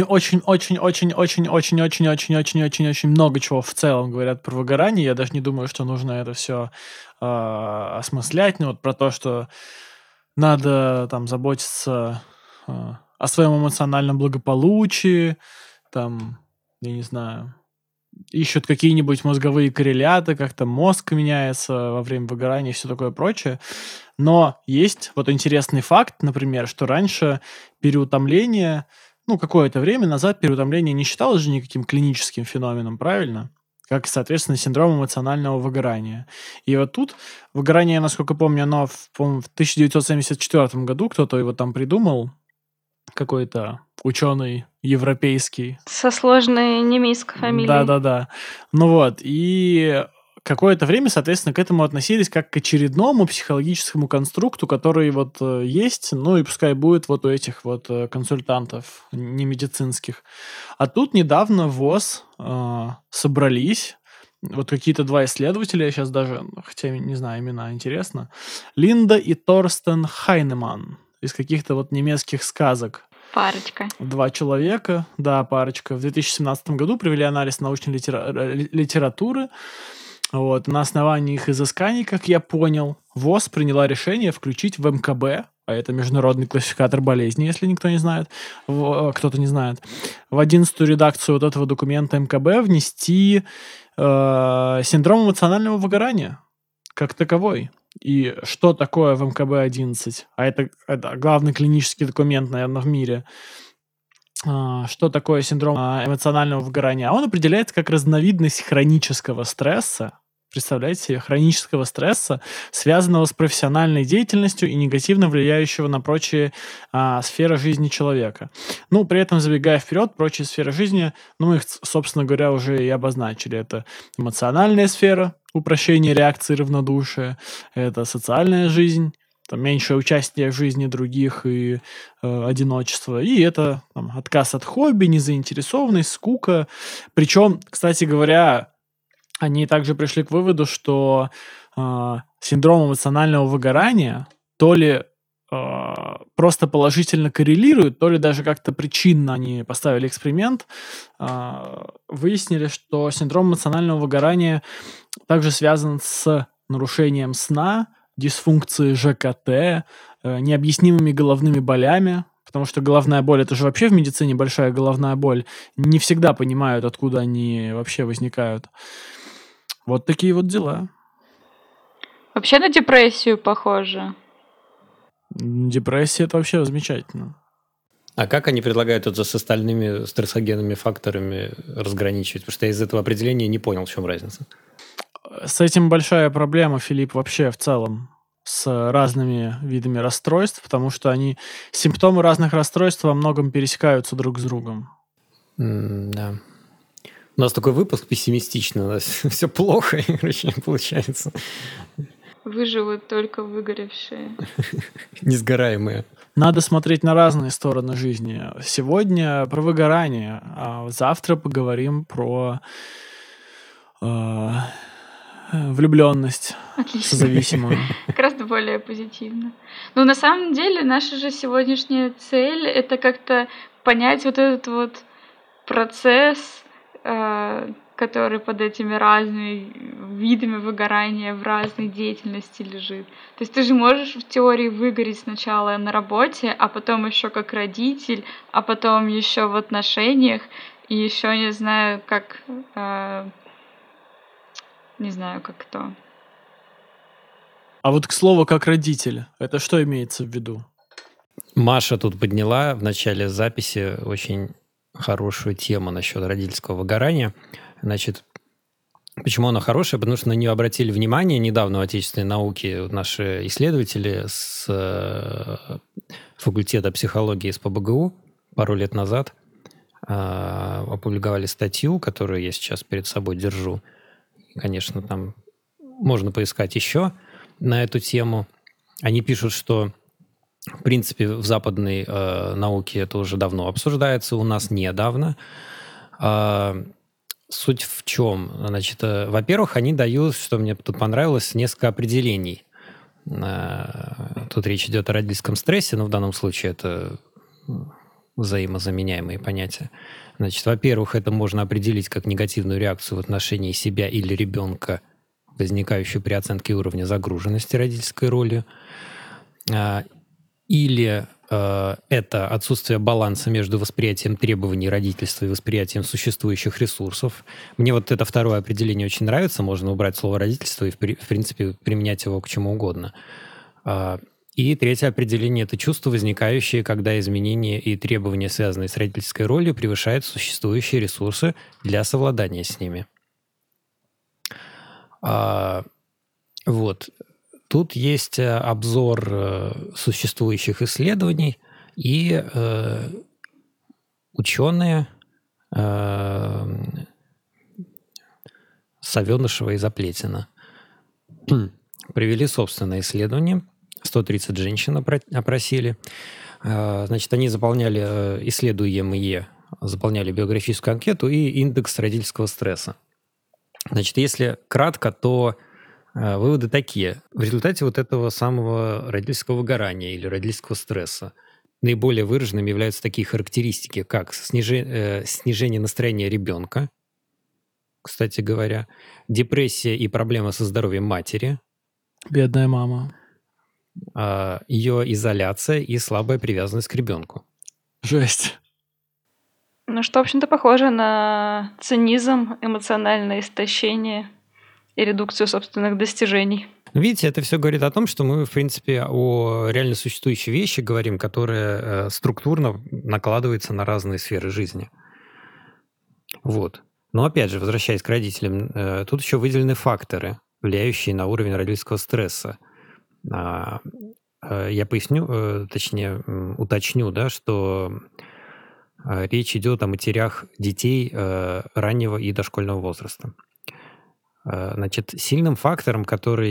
Speaker 2: очень-очень-очень-очень-очень-очень-очень-очень много чего в целом говорят про выгорание. Я даже не думаю, что нужно это все осмыслять. Ну, вот про то, что надо там заботиться о своем эмоциональном благополучии, там, я не знаю, ищут какие-нибудь мозговые корреляты, как-то мозг меняется во время выгорания и все такое прочее. Но есть вот интересный факт, например, что раньше переутомление какое-то время назад переутомление не считалось же никаким клиническим феноменом, правильно? Как, соответственно, синдром эмоционального выгорания. И вот тут выгорание, насколько помню, оно, по-моему, в 1974 году кто-то его там придумал, какой-то ученый европейский.
Speaker 4: Со сложной немецкой фамилией.
Speaker 2: Да-да-да. И какое-то время, соответственно, к этому относились как к очередному психологическому конструкту, который есть, и пускай будет у этих консультантов немедицинских. А тут недавно ВОЗ собрались, какие-то два исследователя, я сейчас даже, хотя не знаю имена, интересно, Линда и Торстен Хайнеман из каких-то немецких сказок.
Speaker 3: Парочка.
Speaker 2: Два человека, да, парочка. В 2017 году провели анализ научной литературы. На основании их изысканий, как я понял, ВОЗ приняла решение включить в МКБ, а это международный классификатор болезней, если никто не знает, кто-то не знает, в 11-ю редакцию этого документа МКБ внести синдром эмоционального выгорания как таковой. И что такое в МКБ-11? А это главный клинический документ, наверное, в мире. Что такое синдром эмоционального выгорания? А он определяется как разновидность хронического стресса. Представляете себе, хронического стресса, связанного с профессиональной деятельностью и негативно влияющего на прочие сферы жизни человека. При этом, забегая вперед, прочие сферы жизни, мы их, собственно говоря, уже и обозначили. Это эмоциональная сфера, упрощение реакции равнодушия, это социальная жизнь, меньшее участие в жизни других и одиночество. И это отказ от хобби, незаинтересованность, скука. Причем, кстати говоря, они также пришли к выводу, что синдром эмоционального выгорания то ли просто положительно коррелирует, то ли даже как-то причинно они поставили эксперимент, выяснили, что синдром эмоционального выгорания также связан с нарушением сна, дисфункцией ЖКТ, необъяснимыми головными болями, потому что головная боль – это же вообще в медицине большая головная боль. Не всегда понимают, откуда они вообще возникают. Вот такие дела.
Speaker 3: Вообще на депрессию похоже.
Speaker 2: Депрессия – это вообще замечательно.
Speaker 1: А как они предлагают это с остальными стрессогенными факторами разграничивать? Потому что я из этого определения не понял, в чем разница.
Speaker 2: С этим большая проблема, Филипп, вообще в целом с разными видами расстройств, потому что симптомы разных расстройств во многом пересекаются друг с другом.
Speaker 1: Да. У нас такой выпуск пессимистичный, у нас все плохо, короче, получается.
Speaker 3: Выживут только выгоревшие.
Speaker 1: Несгораемые.
Speaker 2: Надо смотреть на разные стороны жизни. Сегодня про выгорание, а завтра поговорим про влюбленность созависимую.
Speaker 3: Гораздо более позитивно. Но на самом деле наша же сегодняшняя цель — это как-то понять этот процесс, который под этими разными видами выгорания в разной деятельности лежит. То есть ты же можешь в теории выгореть сначала на работе, а потом еще как родитель, а потом еще в отношениях, и еще не знаю, как кто.
Speaker 2: А к слову, как родитель, это что имеется в виду?
Speaker 1: Маша тут подняла в начале записи очень хорошую тему насчет родительского выгорания. Значит, почему она хорошая? Потому что на нее обратили внимание недавно в отечественной науке наши исследователи с факультета психологии СПбГУ пару лет назад опубликовали статью, которую я сейчас перед собой держу. Конечно, там можно поискать еще на эту тему. Они пишут, что в принципе в западной науке это уже давно обсуждается, у нас недавно. Суть в чем? Значит, во-первых, они дают, что мне тут понравилось, несколько определений. Тут речь идет о родительском стрессе, но в данном случае это взаимозаменяемые понятия. Значит, во-первых, это можно определить как негативную реакцию в отношении себя или ребенка, возникающую при оценке уровня загруженности родительской ролью. Или это отсутствие баланса между восприятием требований родительства и восприятием существующих ресурсов. Мне это второе определение очень нравится. Можно убрать слово «родительство» и, в принципе, применять его к чему угодно. И третье определение – это чувство, возникающее, когда изменения и требования, связанные с родительской ролью, превышают существующие ресурсы для совладания с ними. Вот. Тут есть обзор существующих исследований, и ученые Савёнышева и Заплетина провели собственное исследование. 130 женщин опросили. Значит, они заполняли, исследуемые, заполняли биографическую анкету и индекс родительского стресса. Значит, если кратко, то выводы такие. В результате вот этого самого родительского выгорания или родительского стресса наиболее выраженными являются такие характеристики, как снижение настроения ребенка, кстати говоря, депрессия и проблемы со здоровьем матери,
Speaker 2: Бедная мама.
Speaker 1: ее изоляция и слабая привязанность к ребенку.
Speaker 2: Жесть.
Speaker 4: Ну, что, в общем-то, похоже на цинизм, эмоциональное истощение и редукцию собственных достижений.
Speaker 1: Видите, это все говорит о том, что мы, в принципе, о реально существующей вещи говорим, которая структурно накладывается на разные сферы жизни. Вот. Но опять же, возвращаясь к родителям, тут еще выделены факторы, влияющие на уровень родительского стресса. Я поясню, точнее, уточню, да, что речь идет о матерях детей раннего и дошкольного возраста. Значит, сильным фактором,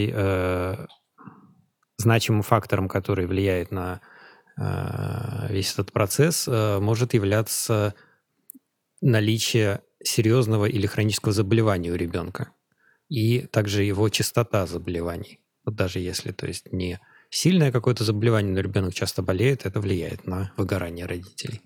Speaker 1: значимым фактором, который влияет на весь этот процесс, может являться наличие серьезного или хронического заболевания у ребенка и также его частота заболеваний. Вот даже если, то есть, не сильное какое-то заболевание, но ребенок часто болеет, это влияет на выгорание родителей.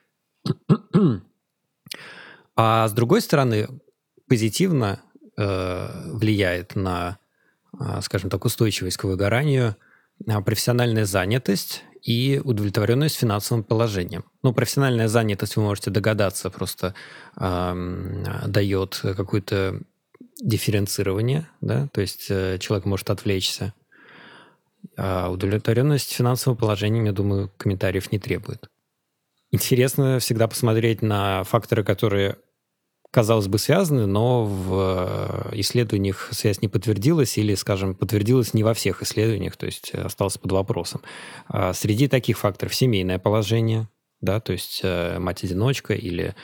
Speaker 1: А с другой стороны, позитивно влияет на, скажем так, устойчивость к выгоранию профессиональная занятость и удовлетворенность финансовым положением. Ну, профессиональная занятость, вы можете догадаться, просто дает какое-то дифференцирование, да, то есть человек может отвлечься. А удовлетворенность финансовым положением, я думаю, комментариев не требует. Интересно всегда посмотреть на факторы, которые, казалось бы, связаны, но в исследованиях связь не подтвердилась или, скажем, подтвердилась не во всех исследованиях, то есть осталась под вопросом. Среди таких факторов семейное положение, да, то есть мать-одиночка или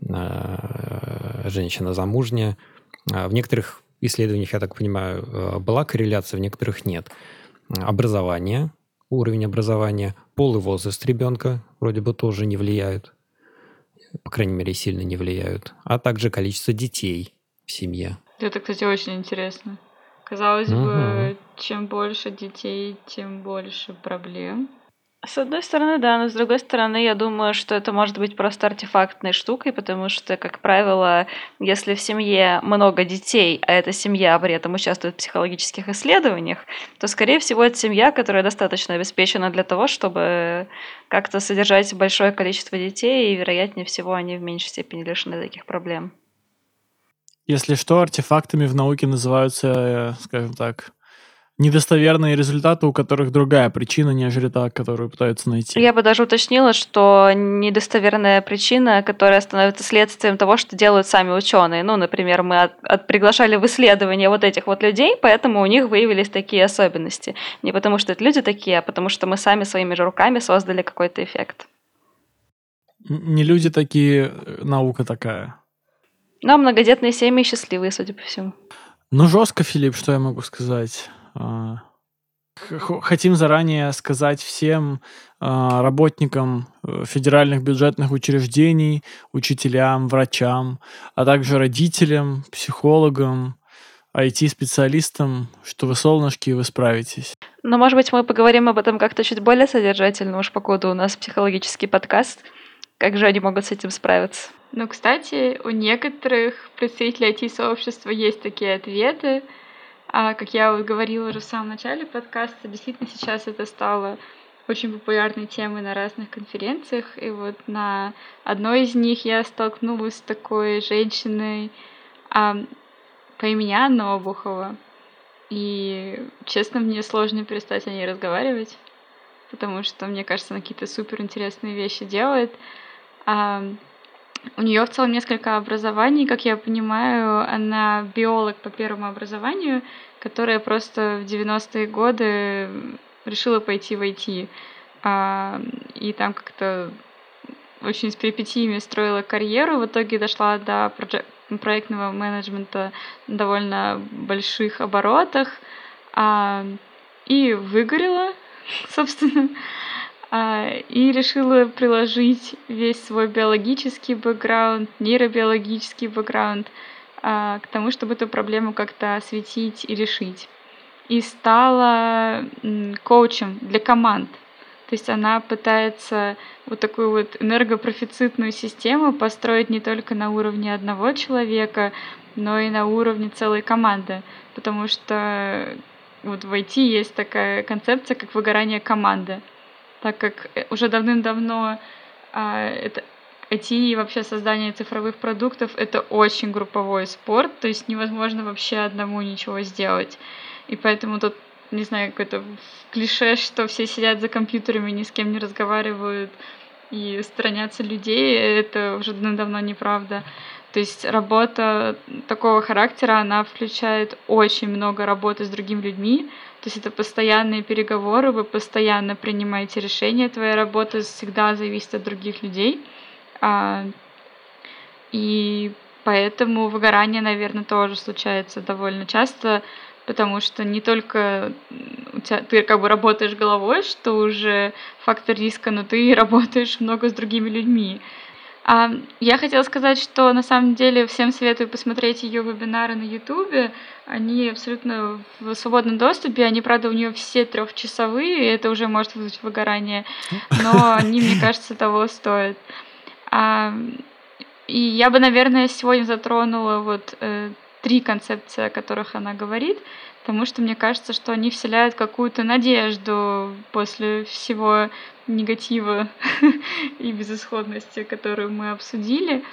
Speaker 1: женщина замужняя. В некоторых исследованиях, я так понимаю, была корреляция, в некоторых нет. Образование, уровень образования, пол и возраст ребенка вроде бы тоже не влияют. По крайней мере, сильно не влияют. А также количество детей в семье.
Speaker 3: Это, кстати, очень интересно. Казалось бы, чем больше детей, тем больше проблем.
Speaker 4: С одной стороны, да, но с другой стороны, я думаю, что это может быть просто артефактной штукой, потому что, как правило, если в семье много детей, а эта семья при этом участвует в психологических исследованиях, то, скорее всего, это семья, которая достаточно обеспечена для того, чтобы как-то содержать большое количество детей, и, вероятнее всего, они в меньшей степени лишены таких проблем.
Speaker 2: Если что, артефактами в науке называются, скажем так, недостоверные результаты, у которых другая причина, нежели та, которую пытаются найти.
Speaker 4: Я бы даже уточнила, что недостоверная причина, которая становится следствием того, что делают сами ученые. Ну, например, мы приглашали в исследование вот этих вот людей, поэтому у них выявились такие особенности. Не потому что это люди такие, а потому что мы сами своими же руками создали какой-то эффект.
Speaker 2: Не люди такие, наука такая.
Speaker 4: Но многодетные семьи счастливые, судя по всему.
Speaker 2: Ну, жестко, Филипп, что я могу сказать? Хотим заранее сказать всем работникам федеральных бюджетных учреждений, учителям, врачам, а также родителям, психологам, IT-специалистам, что вы солнышки, и вы справитесь.
Speaker 4: Но, может быть, мы поговорим об этом как-то чуть более содержательно, уж покуда у нас психологический подкаст. Как же они могут с этим справиться?
Speaker 3: Ну, кстати, у некоторых представителей IT-сообщества есть такие ответы. Как я вот говорила уже в самом начале подкаста, действительно сейчас это стало очень популярной темой на разных конференциях. И вот на одной из них я столкнулась с такой женщиной по имени Анна Обухова. И, честно, мне сложно перестать о ней разговаривать. потому что, мне кажется, она какие-то суперинтересные вещи делает. А, У нее в целом несколько образований, как я понимаю, она биолог по первому образованию, которая просто в 90-е годы решила пойти в IT. И там как-то очень с перипетиями строила карьеру, в итоге дошла до проектного менеджмента на довольно больших оборотах, и выгорела, собственно, и решила приложить весь свой биологический бэкграунд, нейробиологический бэкграунд к тому, чтобы эту проблему как-то осветить и решить. И стала коучем для команд. То есть она пытается вот такую вот энергопрофицитную систему построить не только на уровне одного человека, но и на уровне целой команды. Потому что вот в IT есть такая концепция, как выгорание команды. Так как уже давным-давно это IT и вообще создание цифровых продуктов — это очень групповой спорт, то есть невозможно вообще одному ничего сделать. И поэтому тут, не знаю, какое-то клише, что все сидят за компьютерами, ни с кем не разговаривают и сторонятся людей, это уже давно неправда. То есть работа такого характера, она включает очень много работы с другими людьми. То есть это постоянные переговоры, вы постоянно принимаете решения, твоя работа всегда зависит от других людей. И поэтому выгорание, наверное, тоже случается довольно часто, потому что не только ты как бы работаешь головой, что уже фактор риска, но ты работаешь много с другими людьми. Я хотела сказать, что на самом деле всем советую посмотреть ее вебинары на Ютубе. Они абсолютно в свободном доступе. Они, правда, у нее все 3-часовые, и это уже может вызвать выгорание. Но они, мне кажется, того стоят. И я бы, наверное, сегодня затронула вот 3 концепции, о которых она говорит, потому что мне кажется, что они вселяют какую-то надежду после всего негатива и безысходности, которую мы обсудили.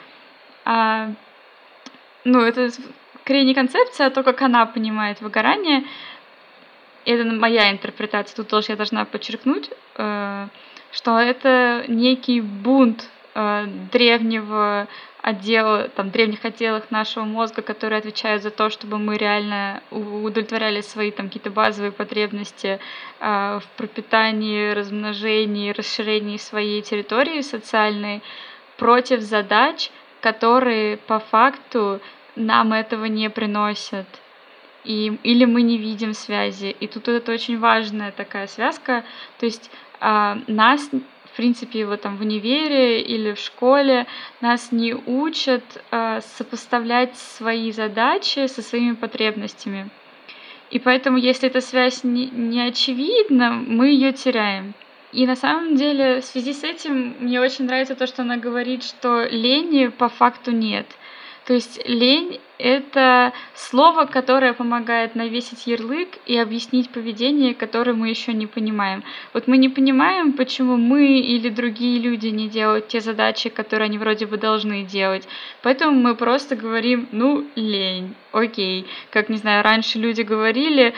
Speaker 3: Это скорее не концепция, а то, как она понимает выгорание. Это моя интерпретация. Тут тоже я должна подчеркнуть, что это некий бунт древних отделах нашего мозга, которые отвечают за то, чтобы мы реально удовлетворяли свои там какие-то базовые потребности в пропитании, размножении, расширении своей территории социальной, против задач, которые по факту нам этого не приносят. Или мы не видим связи. И тут это очень важная такая связка. То есть нас, в принципе, в универе или в школе нас не учат сопоставлять свои задачи со своими потребностями. И поэтому, если эта связь не очевидна, мы ее теряем. И на самом деле в связи с этим мне очень нравится то, что она говорит, что лени по факту нет. То есть лень — это слово, которое помогает навесить ярлык и объяснить поведение, которое мы еще не понимаем. Вот мы не понимаем, почему мы или другие люди не делают те задачи, которые они вроде бы должны делать. Поэтому мы просто говорим, лень, окей. Как, не знаю, раньше люди говорили,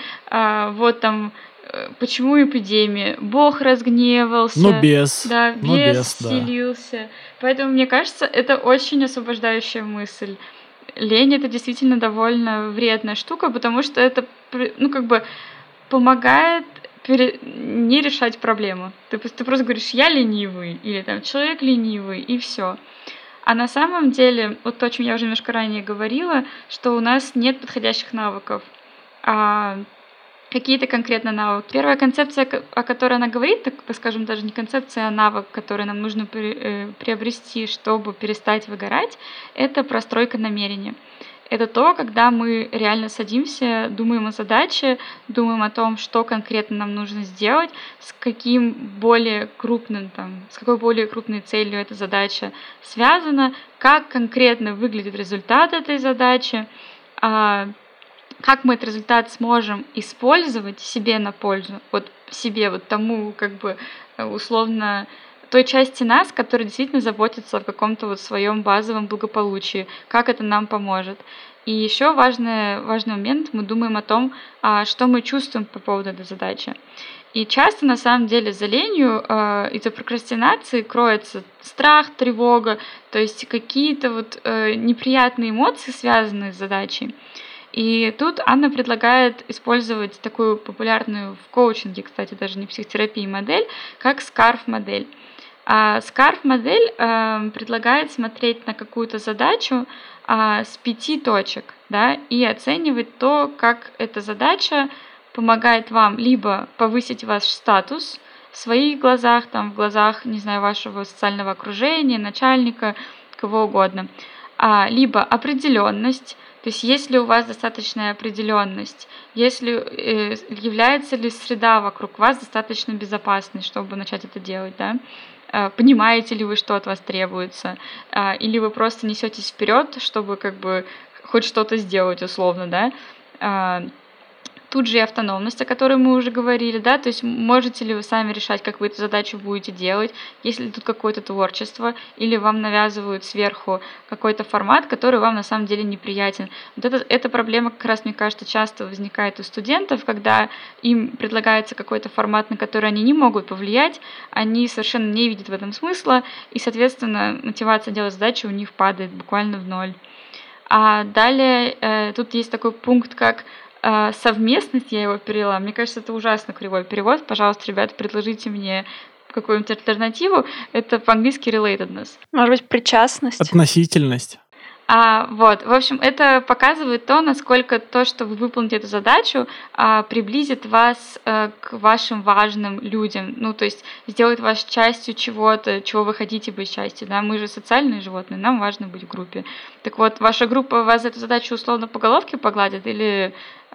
Speaker 3: почему эпидемия? Бог разгневался.
Speaker 2: Бес.
Speaker 3: Да, бес
Speaker 2: Да.
Speaker 3: вселился. Поэтому, мне кажется, это очень освобождающая мысль. Лень — это действительно довольно вредная штука, потому что это, помогает не решать проблему. Ты просто говоришь, я ленивый, или там человек ленивый, и все. А на самом деле, вот то, о чем я уже немножко ранее говорила, что у нас нет подходящих навыков. Какие-то конкретно навыки. Первая концепция, о которой она говорит, так скажем, даже не концепция, а навык, который нам нужно приобрести, чтобы перестать выгорать, это простройка намерения. Это то, когда мы реально садимся, думаем о задаче, думаем о том, что конкретно нам нужно сделать, с какой более крупной целью эта задача связана, как конкретно выглядит результат этой задачи, как мы этот результат сможем использовать себе на пользу, тому, условно, той части нас, которая действительно заботится о каком-то своем базовом благополучии, как это нам поможет. И еще важный момент, мы думаем о том, что мы чувствуем по поводу этой задачи. И часто, на самом деле, за ленью из-за прокрастинации кроется страх, тревога, то есть какие-то вот неприятные эмоции, связанные с задачей. И тут Анна предлагает использовать такую популярную в коучинге, кстати, даже не психотерапии модель, как SCARF-модель. А SCARF-модель предлагает смотреть на какую-то задачу с 5 точек, да, и оценивать то, как эта задача помогает вам либо повысить ваш статус в своих глазах, там, в глазах, не знаю, вашего социального окружения, начальника, кого угодно, либо определенность, то есть есть ли у вас достаточная определенность, является ли среда вокруг вас достаточно безопасной, чтобы начать это делать, да? Понимаете ли вы, что от вас требуется, или вы просто несетесь вперед, чтобы как бы хоть что-то сделать условно, да? Тут же и автономность, о которой мы уже говорили, да, то есть можете ли вы сами решать, как вы эту задачу будете делать, есть ли тут какое-то творчество, или вам навязывают сверху какой-то формат, который вам на самом деле неприятен. Вот эта проблема как раз, мне кажется, часто возникает у студентов, когда им предлагается какой-то формат, на который они не могут повлиять, они совершенно не видят в этом смысла, и, соответственно, мотивация делать задачи у них падает буквально в ноль. А далее тут есть такой пункт, как совместность, я его перевела. Мне кажется, это ужасно кривой перевод. Пожалуйста, ребята, предложите мне какую-нибудь альтернативу. Это по-английски relatedness.
Speaker 4: Может быть, причастность?
Speaker 2: Относительность.
Speaker 3: Вот, в общем, это показывает то, насколько то, что вы выполните эту задачу, приблизит вас к вашим важным людям, ну, то есть сделает вас частью чего-то, чего вы хотите быть частью, да, мы же социальные животные, нам важно быть в группе. Так вот, ваша группа вас за эту задачу условно по головке погладит или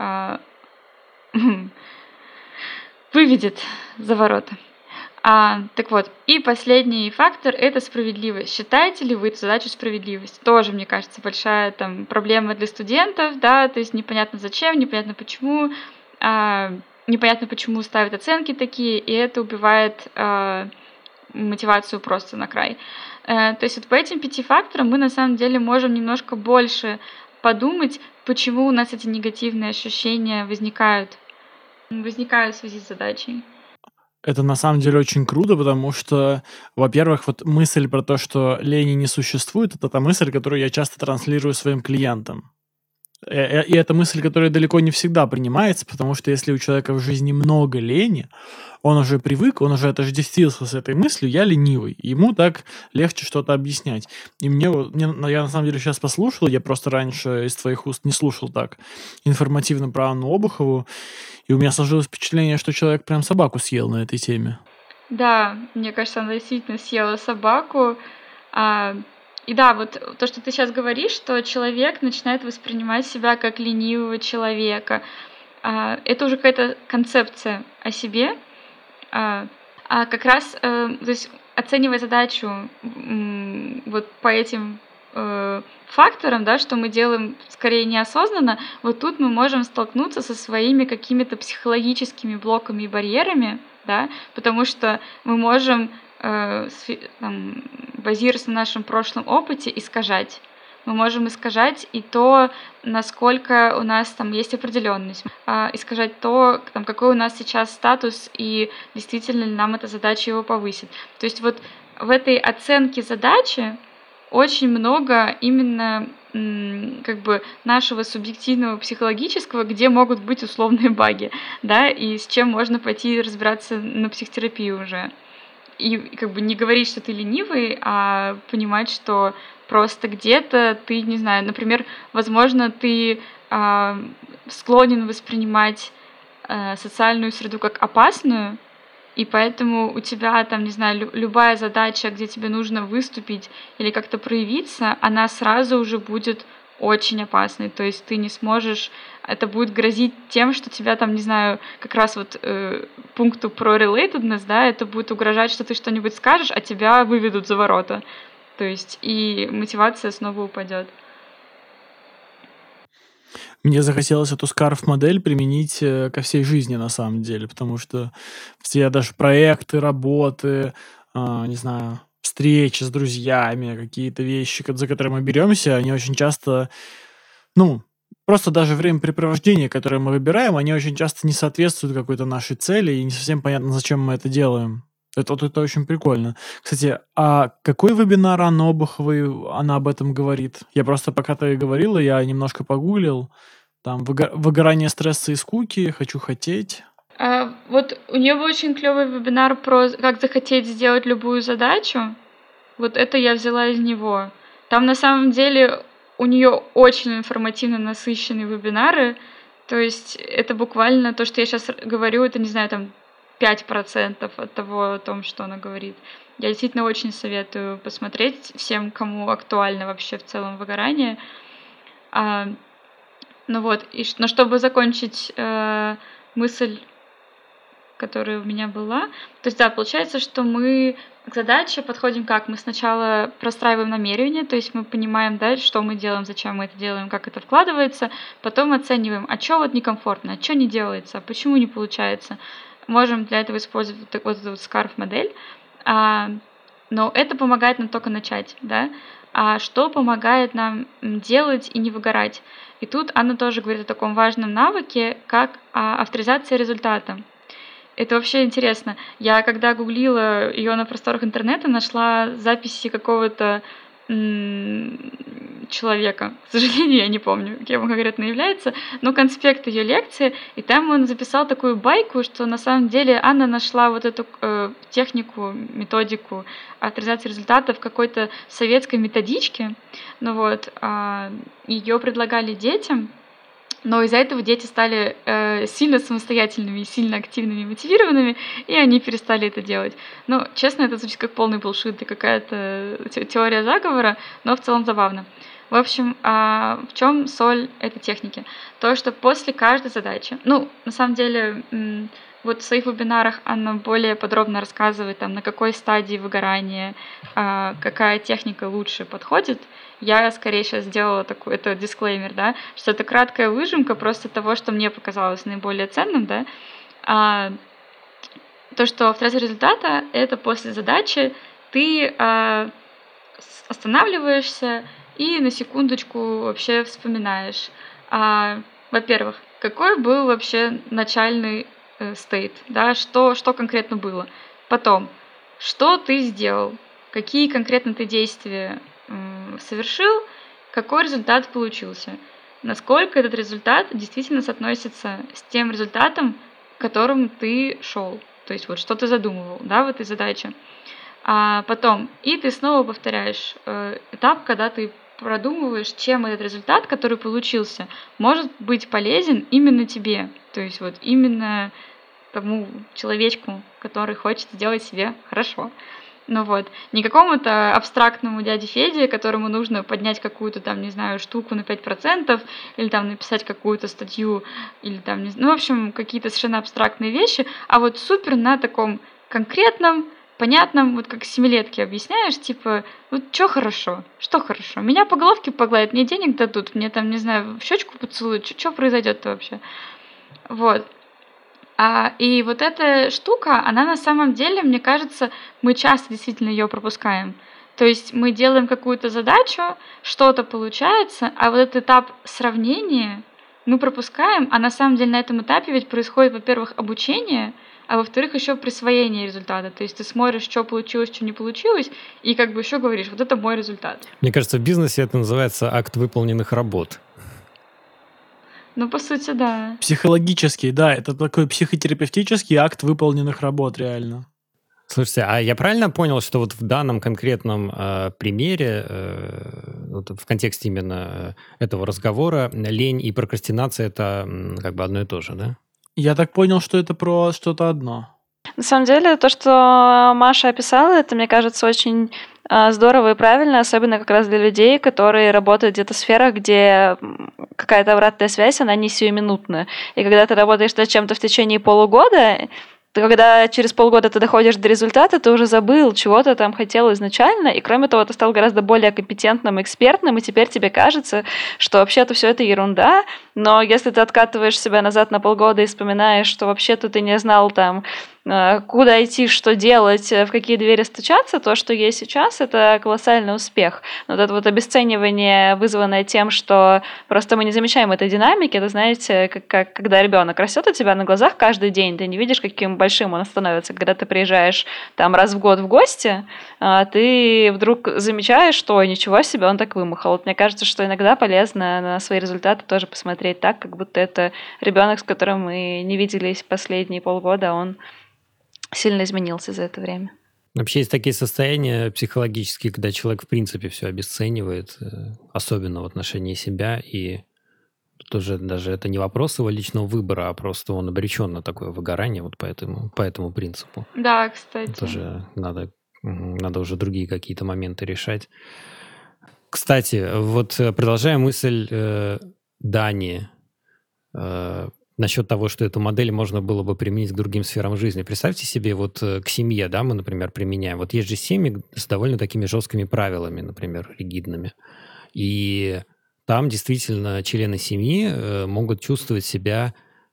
Speaker 3: выведет за ворота. Так вот, и последний фактор – это справедливость. Считаете ли вы эту задачу справедливость? Тоже, мне кажется, большая там проблема для студентов, да, то есть непонятно зачем, непонятно почему, непонятно почему ставят оценки такие, и это убивает мотивацию просто на край. То есть вот по этим 5 факторам мы на самом деле можем немножко больше подумать, почему у нас эти негативные ощущения возникают в связи с задачей.
Speaker 2: Это на самом деле очень круто, потому что, во-первых, вот мысль про то, что лени не существует, это та мысль, которую я часто транслирую своим клиентам. И это мысль, которая далеко не всегда принимается, потому что если у человека в жизни много лени, он уже привык, он уже отождествился с этой мыслью, я ленивый. Ему так легче что-то объяснять. И я на самом деле сейчас послушал, я просто раньше из твоих уст не слушал так информативно про Анну Обухову, и у меня сложилось впечатление, что человек прям собаку съел на этой теме.
Speaker 3: Да, мне кажется, она действительно съела собаку. И да, вот то, что ты сейчас говоришь, что человек начинает воспринимать себя как ленивого человека. Это уже какая-то концепция о себе. Как раз, то есть, оценивая задачу вот по этим факторам, да, что мы делаем скорее неосознанно, вот тут мы можем столкнуться со своими какими-то психологическими блоками и барьерами, да, потому что мы можем базируясь на нашем прошлом опыте, искажать. Мы можем искажать и то, насколько у нас там есть определенность, искажать то, там, какой у нас сейчас статус и действительно ли нам эта задача его повысит. То есть вот в этой оценке задачи очень много именно как бы нашего субъективного психологического, где могут быть условные баги, да, и с чем можно пойти разбираться на психотерапию уже. И как бы не говорить, что ты ленивый, а понимать, что просто где-то ты, не знаю, например, возможно, ты склонен воспринимать социальную среду как опасную, и поэтому у тебя там, не знаю, любая задача, где тебе нужно выступить или как-то проявиться, она сразу уже будет очень опасной. То есть ты не сможешь, это будет грозить тем, что тебя там, не знаю, как раз вот пункту про relatedness, да, это будет угрожать, что ты что-нибудь скажешь, а тебя выведут за ворота. То есть и мотивация снова упадет.
Speaker 2: Мне захотелось эту SCARF-модель применить ко всей жизни на самом деле, потому что все даже проекты, работы, не знаю, встречи с друзьями, какие-то вещи, за которые мы беремся, они очень часто Просто даже времяпрепровождения, которые мы выбираем, они очень часто не соответствуют какой-то нашей цели, и не совсем понятно, зачем мы это делаем. Это очень прикольно. Кстати, а какой вебинар Анны Обуховой, она об этом говорит? Я просто, пока ты говорила, я немножко погуглил. Там выгорание стресса и скуки, хочу хотеть.
Speaker 3: Вот у нее был очень клевый вебинар про как захотеть сделать любую задачу. Вот это я взяла из него. Там на самом деле у нее очень информативно насыщенные вебинары. То есть это буквально то, что я сейчас говорю, это, не знаю, там 5% от того, о том, что она говорит. Я действительно очень советую посмотреть всем, кому актуально вообще в целом выгорание. Но чтобы закончить мысль, которая у меня была, то есть, да, получается, что мы к задаче подходим как? Мы сначала простраиваем намерение, то есть мы понимаем, да, что мы делаем, зачем мы это делаем, как это вкладывается, потом оцениваем, а что вот некомфортно, а что не делается, а почему не получается. Можем для этого использовать вот эту SCARF-модель, но это помогает нам только начать, да. А что помогает нам делать и не выгорать? И тут Анна тоже говорит о таком важном навыке, как авторизация результата. Это вообще интересно. Я когда гуглила ее на просторах интернета, нашла записи какого-то человека. К сожалению, я не помню, кем он конкретно является, но конспект ее лекции, и там он записал такую байку, что на самом деле Анна нашла вот эту технику, методику авторизации результатов в какой-то советской методичке. Ее предлагали детям, но из-за этого дети стали сильно самостоятельными, сильно активными и мотивированными, и они перестали это делать. Честно, это звучит как полный булшит и какая-то теория заговора, но в целом забавно. В общем, в чем соль этой техники? То, что после каждой задачи, на самом деле, вот в своих вебинарах она более подробно рассказывает, на какой стадии выгорания, какая техника лучше подходит. Я скорее сейчас сделала такой, это дисклеймер, да, что это краткая выжимка просто того, что мне показалось наиболее ценным, да. То, что авторизация результата — это после задачи ты останавливаешься и на секундочку вообще вспоминаешь. Во-первых, какой был вообще начальный стейт, да, что конкретно было. Потом, что ты сделал, какие конкретно ты действия совершил, какой результат получился, насколько этот результат действительно соотносится с тем результатом, к которому ты шел, то есть вот что ты задумывал, да, в этой задаче. Потом, и ты снова повторяешь этап, когда ты продумываешь, чем этот результат, который получился, может быть полезен именно тебе, то есть вот именно тому человечку, который хочет сделать себе хорошо. Не какому-то абстрактному дяде Феде, которому нужно поднять какую-то там, не знаю, штуку на 5%, или там написать какую-то статью, или там, в общем, какие-то совершенно абстрактные вещи, а вот супер на таком конкретном, понятном, вот как семилетки объясняешь, типа, вот что хорошо, меня по головке погладят, мне денег дадут, мне там, не знаю, в щечку поцелуют, что произойдет-то вообще? Вот. И вот эта штука, она на самом деле, мне кажется, мы часто действительно ее пропускаем. То есть мы делаем какую-то задачу, что-то получается, а вот этот этап сравнения мы пропускаем, а на самом деле на этом этапе ведь происходит, во-первых, обучение, а во-вторых, еще присвоение результата. То есть ты смотришь, что получилось, что не получилось, и еще говоришь, вот это мой результат.
Speaker 1: Мне кажется, в бизнесе это называется акт выполненных работ.
Speaker 3: По сути, да.
Speaker 2: Психологический, да, это такой психотерапевтический акт выполненных работ, реально.
Speaker 1: Слушайте, а я правильно понял, что вот в данном конкретном примере, в контексте именно этого разговора, лень и прокрастинация — это как бы одно и то же, да?
Speaker 2: Я так понял, что это про что-то одно.
Speaker 4: На самом деле, то, что Маша описала, это, мне кажется, очень здорово и правильно, особенно как раз для людей, которые работают где-то в сферах, где какая-то обратная связь, она не сиюминутная. И когда ты работаешь над чем-то в течение полугода, когда через полгода ты доходишь до результата, ты уже забыл, чего ты там хотел изначально, и кроме того, ты стал гораздо более компетентным, экспертным, и теперь тебе кажется, что вообще-то все это ерунда, но если ты откатываешь себя назад на полгода и вспоминаешь, что вообще-то ты не знал там куда идти, что делать, в какие двери стучаться, то, что есть сейчас, это колоссальный успех. Вот это вот обесценивание, вызванное тем, что просто мы не замечаем этой динамики, это, знаете, как когда ребенок растет у тебя на глазах каждый день, ты не видишь, каким большим он становится. Когда ты приезжаешь там раз в год в гости, ты вдруг замечаешь, что ничего себе, он так вымахал. Вот мне кажется, что иногда полезно на свои результаты тоже посмотреть так, как будто это ребенок, с которым мы не виделись последние полгода, а он сильно изменился за это время.
Speaker 1: Вообще есть такие состояния психологические, когда человек в принципе все обесценивает, особенно в отношении себя, и тоже даже это не вопрос его личного выбора, а просто он обречен на такое выгорание вот по этому принципу.
Speaker 3: Да, кстати.
Speaker 1: Тоже надо уже другие какие-то моменты решать. Кстати, вот продолжая мысль Дани насчет того, что эту модель можно было бы применить к другим сферам жизни. Представьте себе, вот к семье, да, мы, например, применяем. Вот есть же семьи с довольно такими жесткими правилами, например, ригидными. И там действительно члены семьи могут чувствовать себя,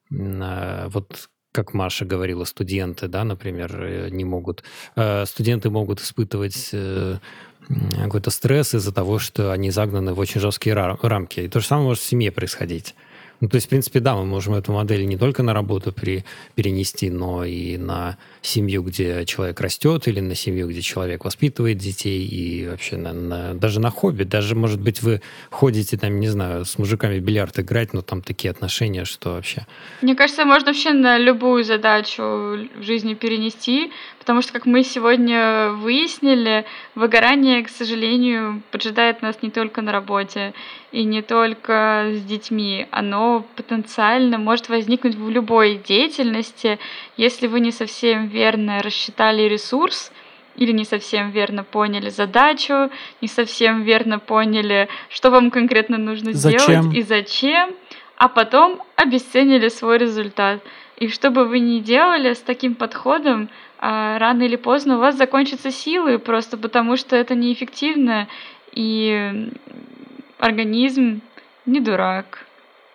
Speaker 1: вот как Маша говорила, студенты, да, например, не могут. Студенты могут испытывать какой-то стресс из-за того, что они загнаны в очень жесткие рамки. И то же самое может в семье происходить. Ну, то есть, в принципе, да, мы можем эту модель не только на работу перенести, но и на семью, где человек растет, или на семью, где человек воспитывает детей, и вообще даже на хобби. Даже, может быть, вы ходите, там, не знаю, с мужиками в бильярд играть, но там такие отношения, что вообще...
Speaker 3: Мне кажется, можно вообще на любую задачу в жизни перенести, потому что, как мы сегодня выяснили, выгорание, к сожалению, поджидает нас не только на работе и не только с детьми. Оно потенциально может возникнуть в любой деятельности, если вы не совсем верно рассчитали ресурс или не совсем верно поняли задачу, не совсем верно поняли, что вам конкретно нужно сделать и зачем, а потом обесценили свой результат. И что бы вы ни делали с таким подходом, рано или поздно у вас закончатся силы, просто потому что это неэффективно, и организм не дурак.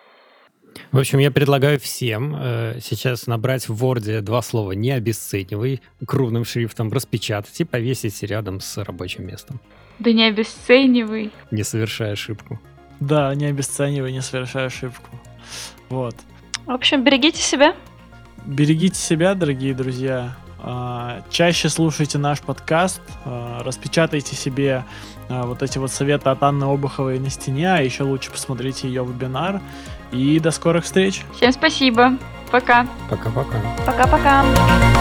Speaker 1: В общем, я предлагаю всем сейчас набрать в Word 2 слова «не обесценивай», крупным шрифтом распечатать и повесить рядом с рабочим местом.
Speaker 3: Да не обесценивай.
Speaker 1: Не совершай ошибку.
Speaker 2: Да, не обесценивай, не совершай ошибку. Вот.
Speaker 4: В общем, берегите себя.
Speaker 2: Берегите себя, дорогие друзья. Чаще слушайте наш подкаст, распечатайте себе вот эти вот советы от Анны Обуховой на стене, а еще лучше посмотрите ее вебинар. И до скорых встреч.
Speaker 3: Всем спасибо. Пока.
Speaker 1: Пока-пока.
Speaker 4: Пока-пока.